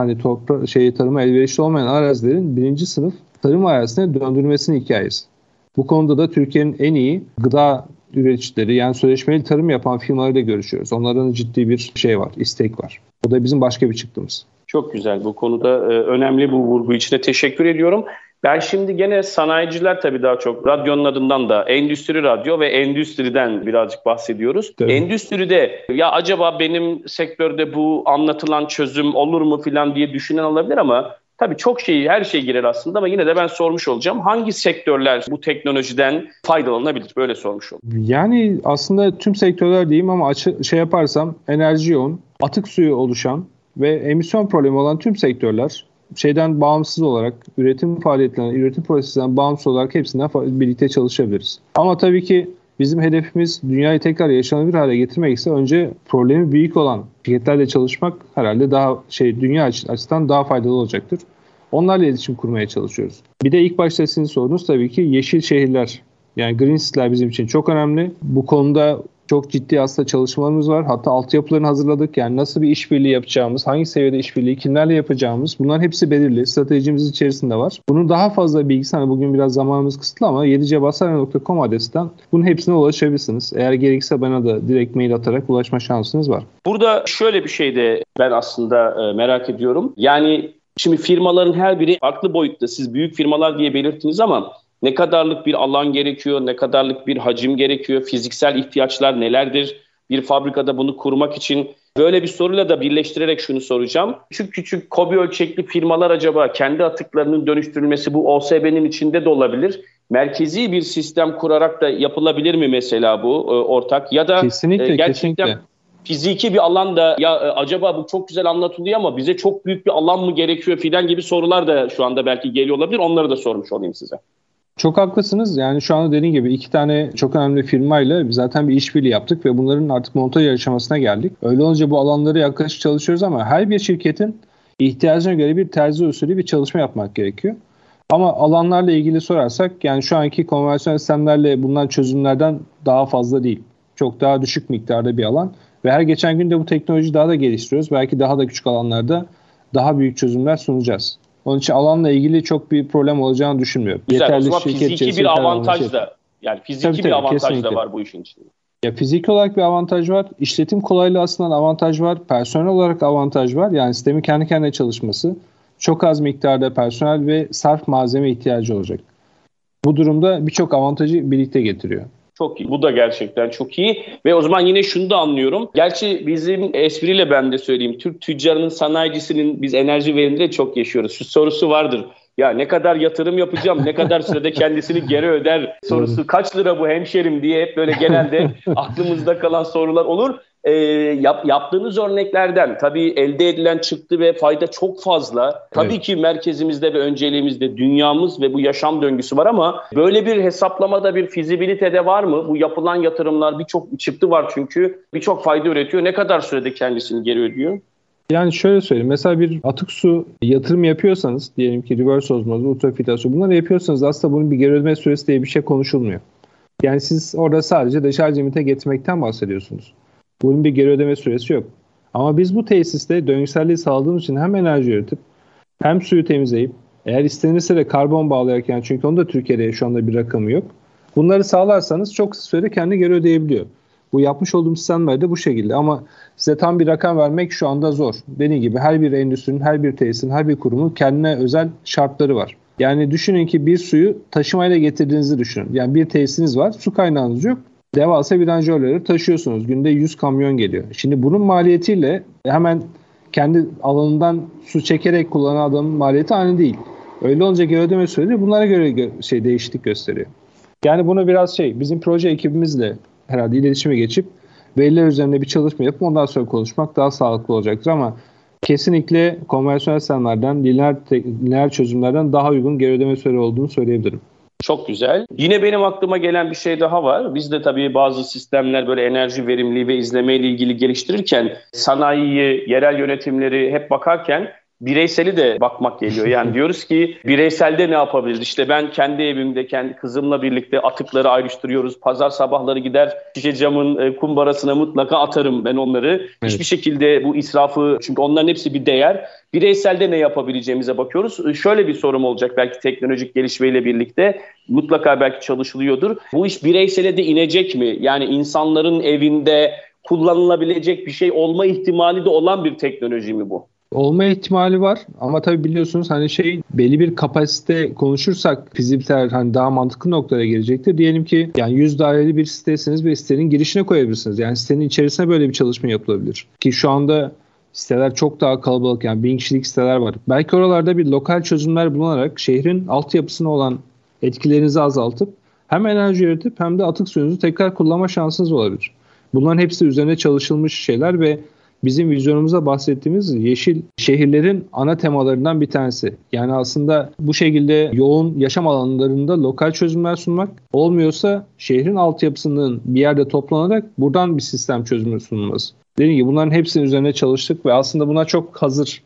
tarıma elverişli olmayan arazilerin birinci sınıf tarım arazisine döndürmesinin hikayesi. Bu konuda da Türkiye'nin en iyi gıda üreticileri, yani sözleşmeli tarım yapan firmalarıyla görüşüyoruz. Onların ciddi bir var, istek var. O da bizim başka bir çıktığımız. Çok güzel. Bu konuda önemli bu vurgu için de teşekkür ediyorum. Ben şimdi gene sanayiciler tabii daha çok radyonun adından da Endüstri Radyo ve endüstriden birazcık bahsediyoruz. Tabii. Endüstride acaba benim sektörde bu anlatılan çözüm olur mu falan diye düşünen olabilir ama tabii her şey girer aslında ama yine de ben sormuş olacağım. Hangi sektörler bu teknolojiden faydalanabilir? Böyle sormuş oldum. Yani aslında tüm sektörler diyeyim ama yaparsam enerji yoğun, atık suyu oluşan ve emisyon problemi olan tüm sektörler bağımsız olarak üretim faaliyetlerinden, üretim prosesinden bağımsız olarak hepsinden birlikte çalışabiliriz. Ama tabii ki bizim hedefimiz dünyayı tekrar yaşanabilir hale getirmek ise önce problemi büyük olan şirketlerle çalışmak herhalde daha dünya açısından daha faydalı olacaktır. Onlarla iletişim kurmaya çalışıyoruz. Bir de ilk başta sizin sorunuz tabii ki yeşil şehirler. Yani Green City'ler bizim için çok önemli. Bu konuda çok ciddi aslında çalışmalarımız var. Hatta altyapılarını hazırladık. Yani nasıl bir işbirliği yapacağımız, hangi seviyede işbirliği, kimlerle yapacağımız bunların hepsi belirli. Stratejimizin içerisinde var. Bunun daha fazla bilgisi bugün biraz zamanımız kısıtlı ama 7cbasalya.com adresinden bunun hepsine ulaşabilirsiniz. Eğer gerekirse bana da direkt mail atarak ulaşma şansınız var. Burada şöyle bir şey de ben aslında merak ediyorum. Yani şimdi firmaların her biri farklı boyutta. Siz büyük firmalar diye belirttiniz ama ne kadarlık bir alan gerekiyor, ne kadarlık bir hacim gerekiyor, fiziksel ihtiyaçlar nelerdir? Bir fabrikada bunu kurmak için böyle bir soruyla da birleştirerek şunu soracağım. Küçük KOBİ ölçekli firmalar acaba kendi atıklarının dönüştürülmesi bu OSB'nin içinde de olabilir. Merkezi bir sistem kurarak da yapılabilir mi mesela bu ortak? Ya da gerçekten fiziki bir alanda acaba bu çok güzel anlatılıyor ama bize çok büyük bir alan mı gerekiyor filan gibi sorular da şu anda belki geliyor olabilir. Onları da sormuş olayım size. Çok haklısınız. Yani şu anda dediğim gibi 2 tane çok önemli firmayla zaten bir işbirliği yaptık ve bunların artık montaj aşamasına geldik. Öyle olunca bu alanları yaklaşık çalışıyoruz ama her bir şirketin ihtiyacına göre bir terzi usulü bir çalışma yapmak gerekiyor. Ama alanlarla ilgili sorarsak yani şu anki konvansiyonel sistemlerle bulunan çözümlerden daha fazla değil. Çok daha düşük miktarda bir alan ve her geçen gün de bu teknolojiyi daha da geliştiriyoruz. Belki daha da küçük alanlarda daha büyük çözümler sunacağız. Onun için alanla ilgili çok bir problem olacağını düşünmüyorum. Güzel, Yeterli o zaman fiziki bir avantaj da, yani fiziki bir avantaj kesinlikle da var bu işin içinde. Ya fiziki olarak bir avantaj var. İşletim kolaylığı açısından avantaj var. Personel olarak avantaj var. Yani sistemin kendi kendine çalışması. Çok az miktarda personel ve sarf malzeme ihtiyacı olacak. Bu durumda birçok avantajı birlikte getiriyor. Çok iyi. Bu da gerçekten çok iyi. Ve o zaman yine şunu da anlıyorum. Gerçi bizim espriyle ben de söyleyeyim. Türk tüccarının, sanayicisinin biz enerji veriminde çok yaşıyoruz. Şu sorusu vardır. Ya ne kadar yatırım yapacağım, ne kadar sürede kendisini geri öder sorusu, kaç lira bu hemşerim diye hep böyle genelde aklımızda kalan sorular olur. Yaptığınız örneklerden tabii elde edilen çıktı ve fayda çok fazla. Tabii ki merkezimizde ve önceliğimizde dünyamız ve bu yaşam döngüsü var ama böyle bir hesaplamada bir fizibilitede var mı? Bu yapılan yatırımlar birçok çıktı var çünkü birçok fayda üretiyor. Ne kadar sürede kendisini geri ödüyor? Yani şöyle söyleyeyim. Mesela bir atık su yatırım yapıyorsanız, diyelim ki reverse osmoz, ultrafiltrasyon bunları yapıyorsanız aslında bunun bir geri ödeme süresi diye bir şey konuşulmuyor. Yani siz orada sadece deşarj limite getirmekten bahsediyorsunuz. Bunun bir geri ödeme süresi yok. Ama biz bu tesiste döngüselliği sağladığımız için hem enerji üretip hem suyu temizleyip eğer istenirse de karbon bağlayarak, yani çünkü onun da Türkiye'de şu anda bir rakamı yok. Bunları sağlarsanız çok kısa sürede kendi geri ödeyebiliyor. Bu yapmış olduğum sistemler de bu şekilde ama size tam bir rakam vermek şu anda zor. Dediğim gibi her bir endüstrinin, her bir tesisin, her bir kurumun kendine özel şartları var. Yani düşünün ki bir suyu taşımayla getirdiğinizi düşünün. Yani bir tesisiniz var, su kaynağınız yok. Devasa vidanjörleri taşıyorsunuz. Günde 100 kamyon geliyor. Şimdi bunun maliyetiyle hemen kendi alanından su çekerek kullanan adamın maliyeti aynı değil. Öyle olunca geri ödeme süreci bunlara göre değişiklik gösteriyor. Yani bunu biraz bizim proje ekibimizle herhalde iletişime geçip veriler üzerinde bir çalışma yapıp ondan sonra konuşmak daha sağlıklı olacaktır ama kesinlikle konvansiyonel sistemlerden, lineer çözümlerden daha uygun geri ödeme süreleri olduğunu söyleyebilirim. Çok güzel. Yine benim aklıma gelen bir şey daha var. Biz de tabii bazı sistemler böyle enerji verimliliği ve izleme ile ilgili geliştirirken sanayiyi, yerel yönetimleri hep bakarken bireyseli de bakmak geliyor. Yani diyoruz ki bireyselde ne yapabiliriz? İşte ben kendi evimde, kendi kızımla birlikte atıkları ayrıştırıyoruz. Pazar sabahları gider şişe camın kumbarasına mutlaka atarım ben onları. Evet. Hiçbir şekilde bu israfı, çünkü onların hepsi bir değer. Bireyselde ne yapabileceğimize bakıyoruz. Şöyle bir sorum olacak belki teknolojik gelişmeyle birlikte. Mutlaka belki çalışılıyordur. Bu iş bireysele de inecek mi? Yani insanların evinde kullanılabilecek bir şey olma ihtimali de olan bir teknoloji mi bu? Olma ihtimali var ama tabii biliyorsunuz belli bir kapasite konuşursak fizibilite daha mantıklı noktaya gelecektir. Diyelim ki yani 100 daireli bir sitesiniz ve sitenin girişine koyabilirsiniz. Yani sitenin içerisine böyle bir çalışma yapılabilir. Ki şu anda siteler çok daha kalabalık, yani 1000 kişilik siteler var. Belki oralarda bir lokal çözümler bulunarak şehrin altyapısına olan etkilerinizi azaltıp hem enerji üretip hem de atık suyunuzu tekrar kullanma şansınız olabilir. Bunların hepsi üzerine çalışılmış şeyler ve bizim vizyonumuza bahsettiğimiz yeşil şehirlerin ana temalarından bir tanesi. Yani aslında bu şekilde yoğun yaşam alanlarında lokal çözümler sunmak, olmuyorsa şehrin altyapısının bir yerde toplanarak buradan bir sistem çözümü sunulması. Dediğim gibi bunların hepsinin üzerine çalıştık ve aslında buna çok hazır.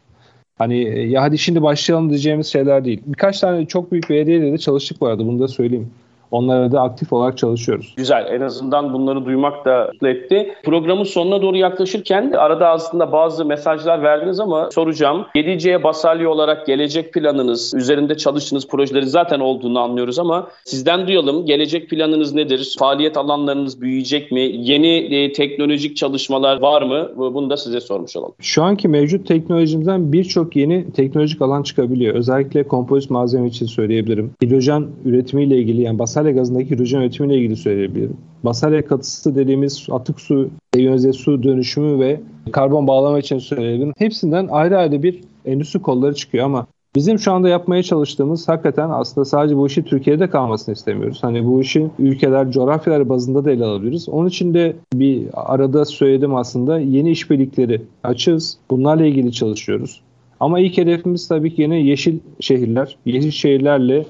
Ya hadi şimdi başlayalım diyeceğimiz şeyler değil. Birkaç tane çok büyük belediyeyle de çalıştık bu arada, bunu da söyleyeyim. Onlara da aktif olarak çalışıyoruz. Güzel. En azından bunları duymak da mutlu etti. Programın sonuna doğru yaklaşırken arada aslında bazı mesajlar verdiniz ama soracağım. 7C Basalya olarak gelecek planınız, üzerinde çalıştığınız projeleri zaten olduğunu anlıyoruz ama sizden duyalım. Gelecek planınız nedir? Faaliyet alanlarınız büyüyecek mi? Yeni teknolojik çalışmalar var mı? Bunu da size sormuş olalım. Şu anki mevcut teknolojimizden birçok yeni teknolojik alan çıkabiliyor. Özellikle kompozit malzeme için söyleyebilirim. Hidrojen üretimiyle ilgili, yani Basalya gazındaki hidrojen üretimiyle ilgili söyleyebilirim. Basalya katısı dediğimiz atık su, iyonize su dönüşümü ve karbon bağlama için söyleyebilirim. Hepsinden ayrı ayrı bir endüstri kolları çıkıyor ama bizim şu anda yapmaya çalıştığımız hakikaten aslında sadece bu işi Türkiye'de kalmasını istemiyoruz. Bu işi ülkeler, coğrafyalar bazında da ele alabiliriz. Onun için de bir arada söyledim aslında, yeni işbirlikleri açığız. Bunlarla ilgili çalışıyoruz. Ama ilk hedefimiz tabii ki yine yeşil şehirler. Yeşil şehirlerle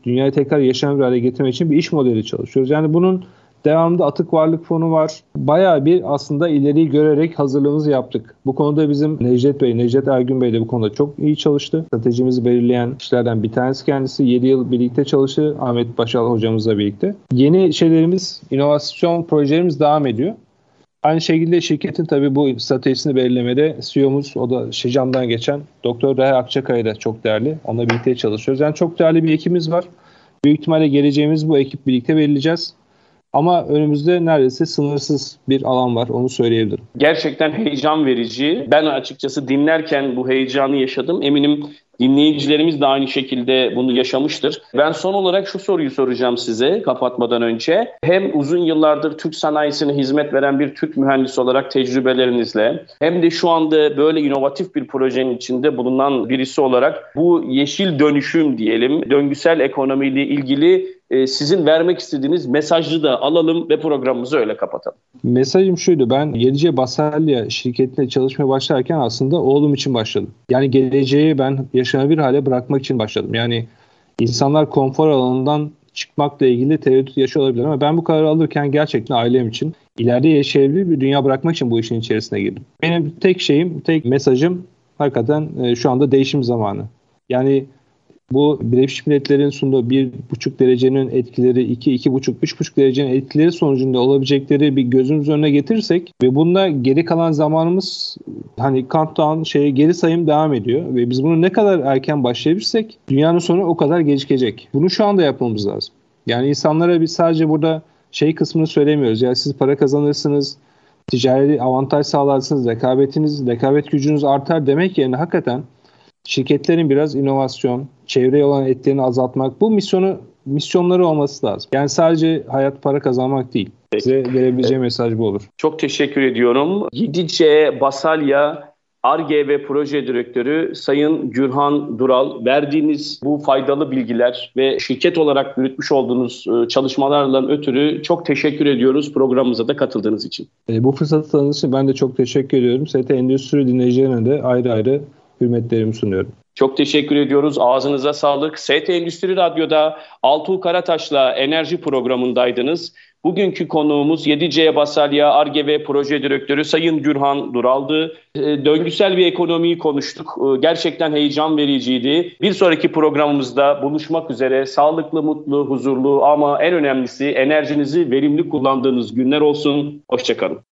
dünyayı tekrar yaşanabilir hale getirmek için bir iş modeli çalışıyoruz. Yani bunun devamında atık varlık fonu var. Bayağı bir aslında ileriyi görerek hazırlığımızı yaptık. Bu konuda bizim Necdet Ergün Bey de bu konuda çok iyi çalıştı. Stratejimizi belirleyen kişilerden bir tanesi kendisi. 7 yıl birlikte çalıştı Ahmet Başal hocamızla birlikte. Yeni şeylerimiz, inovasyon projelerimiz devam ediyor. Aynı şekilde şirketin tabii bu stratejisini belirlemede CEO'muz, o da Şicam'dan geçen Doktor Reha Akçakaya da çok değerli. Onunla birlikte çalışıyoruz. Yani çok değerli bir ekibimiz var. Büyük ihtimalle geleceğimiz bu ekip birlikte belirleyeceğiz. Ama önümüzde neredeyse sınırsız bir alan var, onu söyleyebilirim. Gerçekten heyecan verici. Ben açıkçası dinlerken bu heyecanı yaşadım. Eminim dinleyicilerimiz de aynı şekilde bunu yaşamıştır. Ben son olarak şu soruyu soracağım size kapatmadan önce. Hem uzun yıllardır Türk sanayisine hizmet veren bir Türk mühendisi olarak tecrübelerinizle hem de şu anda böyle inovatif bir projenin içinde bulunan birisi olarak bu yeşil dönüşüm diyelim, döngüsel ekonomiyle ilgili sizin vermek istediğiniz mesajı da alalım ve programımızı öyle kapatalım. Mesajım şuydu: ben 7C Basalya şirketinde çalışmaya başlarken aslında oğlum için başladım. Yani geleceği ben yaşanabilir hale bırakmak için başladım. Yani insanlar konfor alanından çıkmakla ilgili tereddüt yaşıyor olabilir ama ben bu kararı alırken gerçekten ailem için ileride yaşayabilir bir dünya bırakmak için bu işin içerisine girdim. Benim tek mesajım hakikaten şu anda değişim zamanı. Yani bu Birleşmiş Milletler'in sunduğu 1,5 derecenin etkileri, 2,5, 3,5 derecenin etkileri sonucunda olabilecekleri bir gözümüz önüne getirirsek ve bunda geri kalan zamanımız hani countdown geri sayım devam ediyor ve biz bunu ne kadar erken başlayabilirsek dünyanın sonu o kadar gecikecek. Bunu şu anda yapmamız lazım. Yani insanlara biz sadece burada kısmını söylemiyoruz. Yani siz para kazanırsınız, ticari avantaj sağlarsınız, rekabet gücünüz artar demek yerine hakikaten şirketlerin biraz inovasyon, çevreye olan etkilerini azaltmak, bu misyonları olması lazım. Yani sadece hayat para kazanmak değil. Size verebileceğim mesaj bu olur. Çok teşekkür ediyorum. 7C Basalya Ar-Ge ve Proje Direktörü Sayın Gürhan Dural, verdiğiniz bu faydalı bilgiler ve şirket olarak yürütmüş olduğunuz çalışmalarla ötürü çok teşekkür ediyoruz programımıza da katıldığınız için. Bu fırsatı tanıdığınız için ben de çok teşekkür ediyorum. ST Endüstri dinleyicilerine de ayrı ayrı hürmetlerimi sunuyorum. Çok teşekkür ediyoruz. Ağzınıza sağlık. ST Endüstri Radyo'da Altuğ Karataş'la enerji programındaydınız. Bugünkü konuğumuz 7C Basalya Ar-Ge ve Proje Direktörü Sayın Gürhan Dural'dı. Döngüsel bir ekonomiyi konuştuk. Gerçekten heyecan vericiydi. Bir sonraki programımızda buluşmak üzere. Sağlıklı, mutlu, huzurlu ama en önemlisi enerjinizi verimli kullandığınız günler olsun. Hoşça kalın.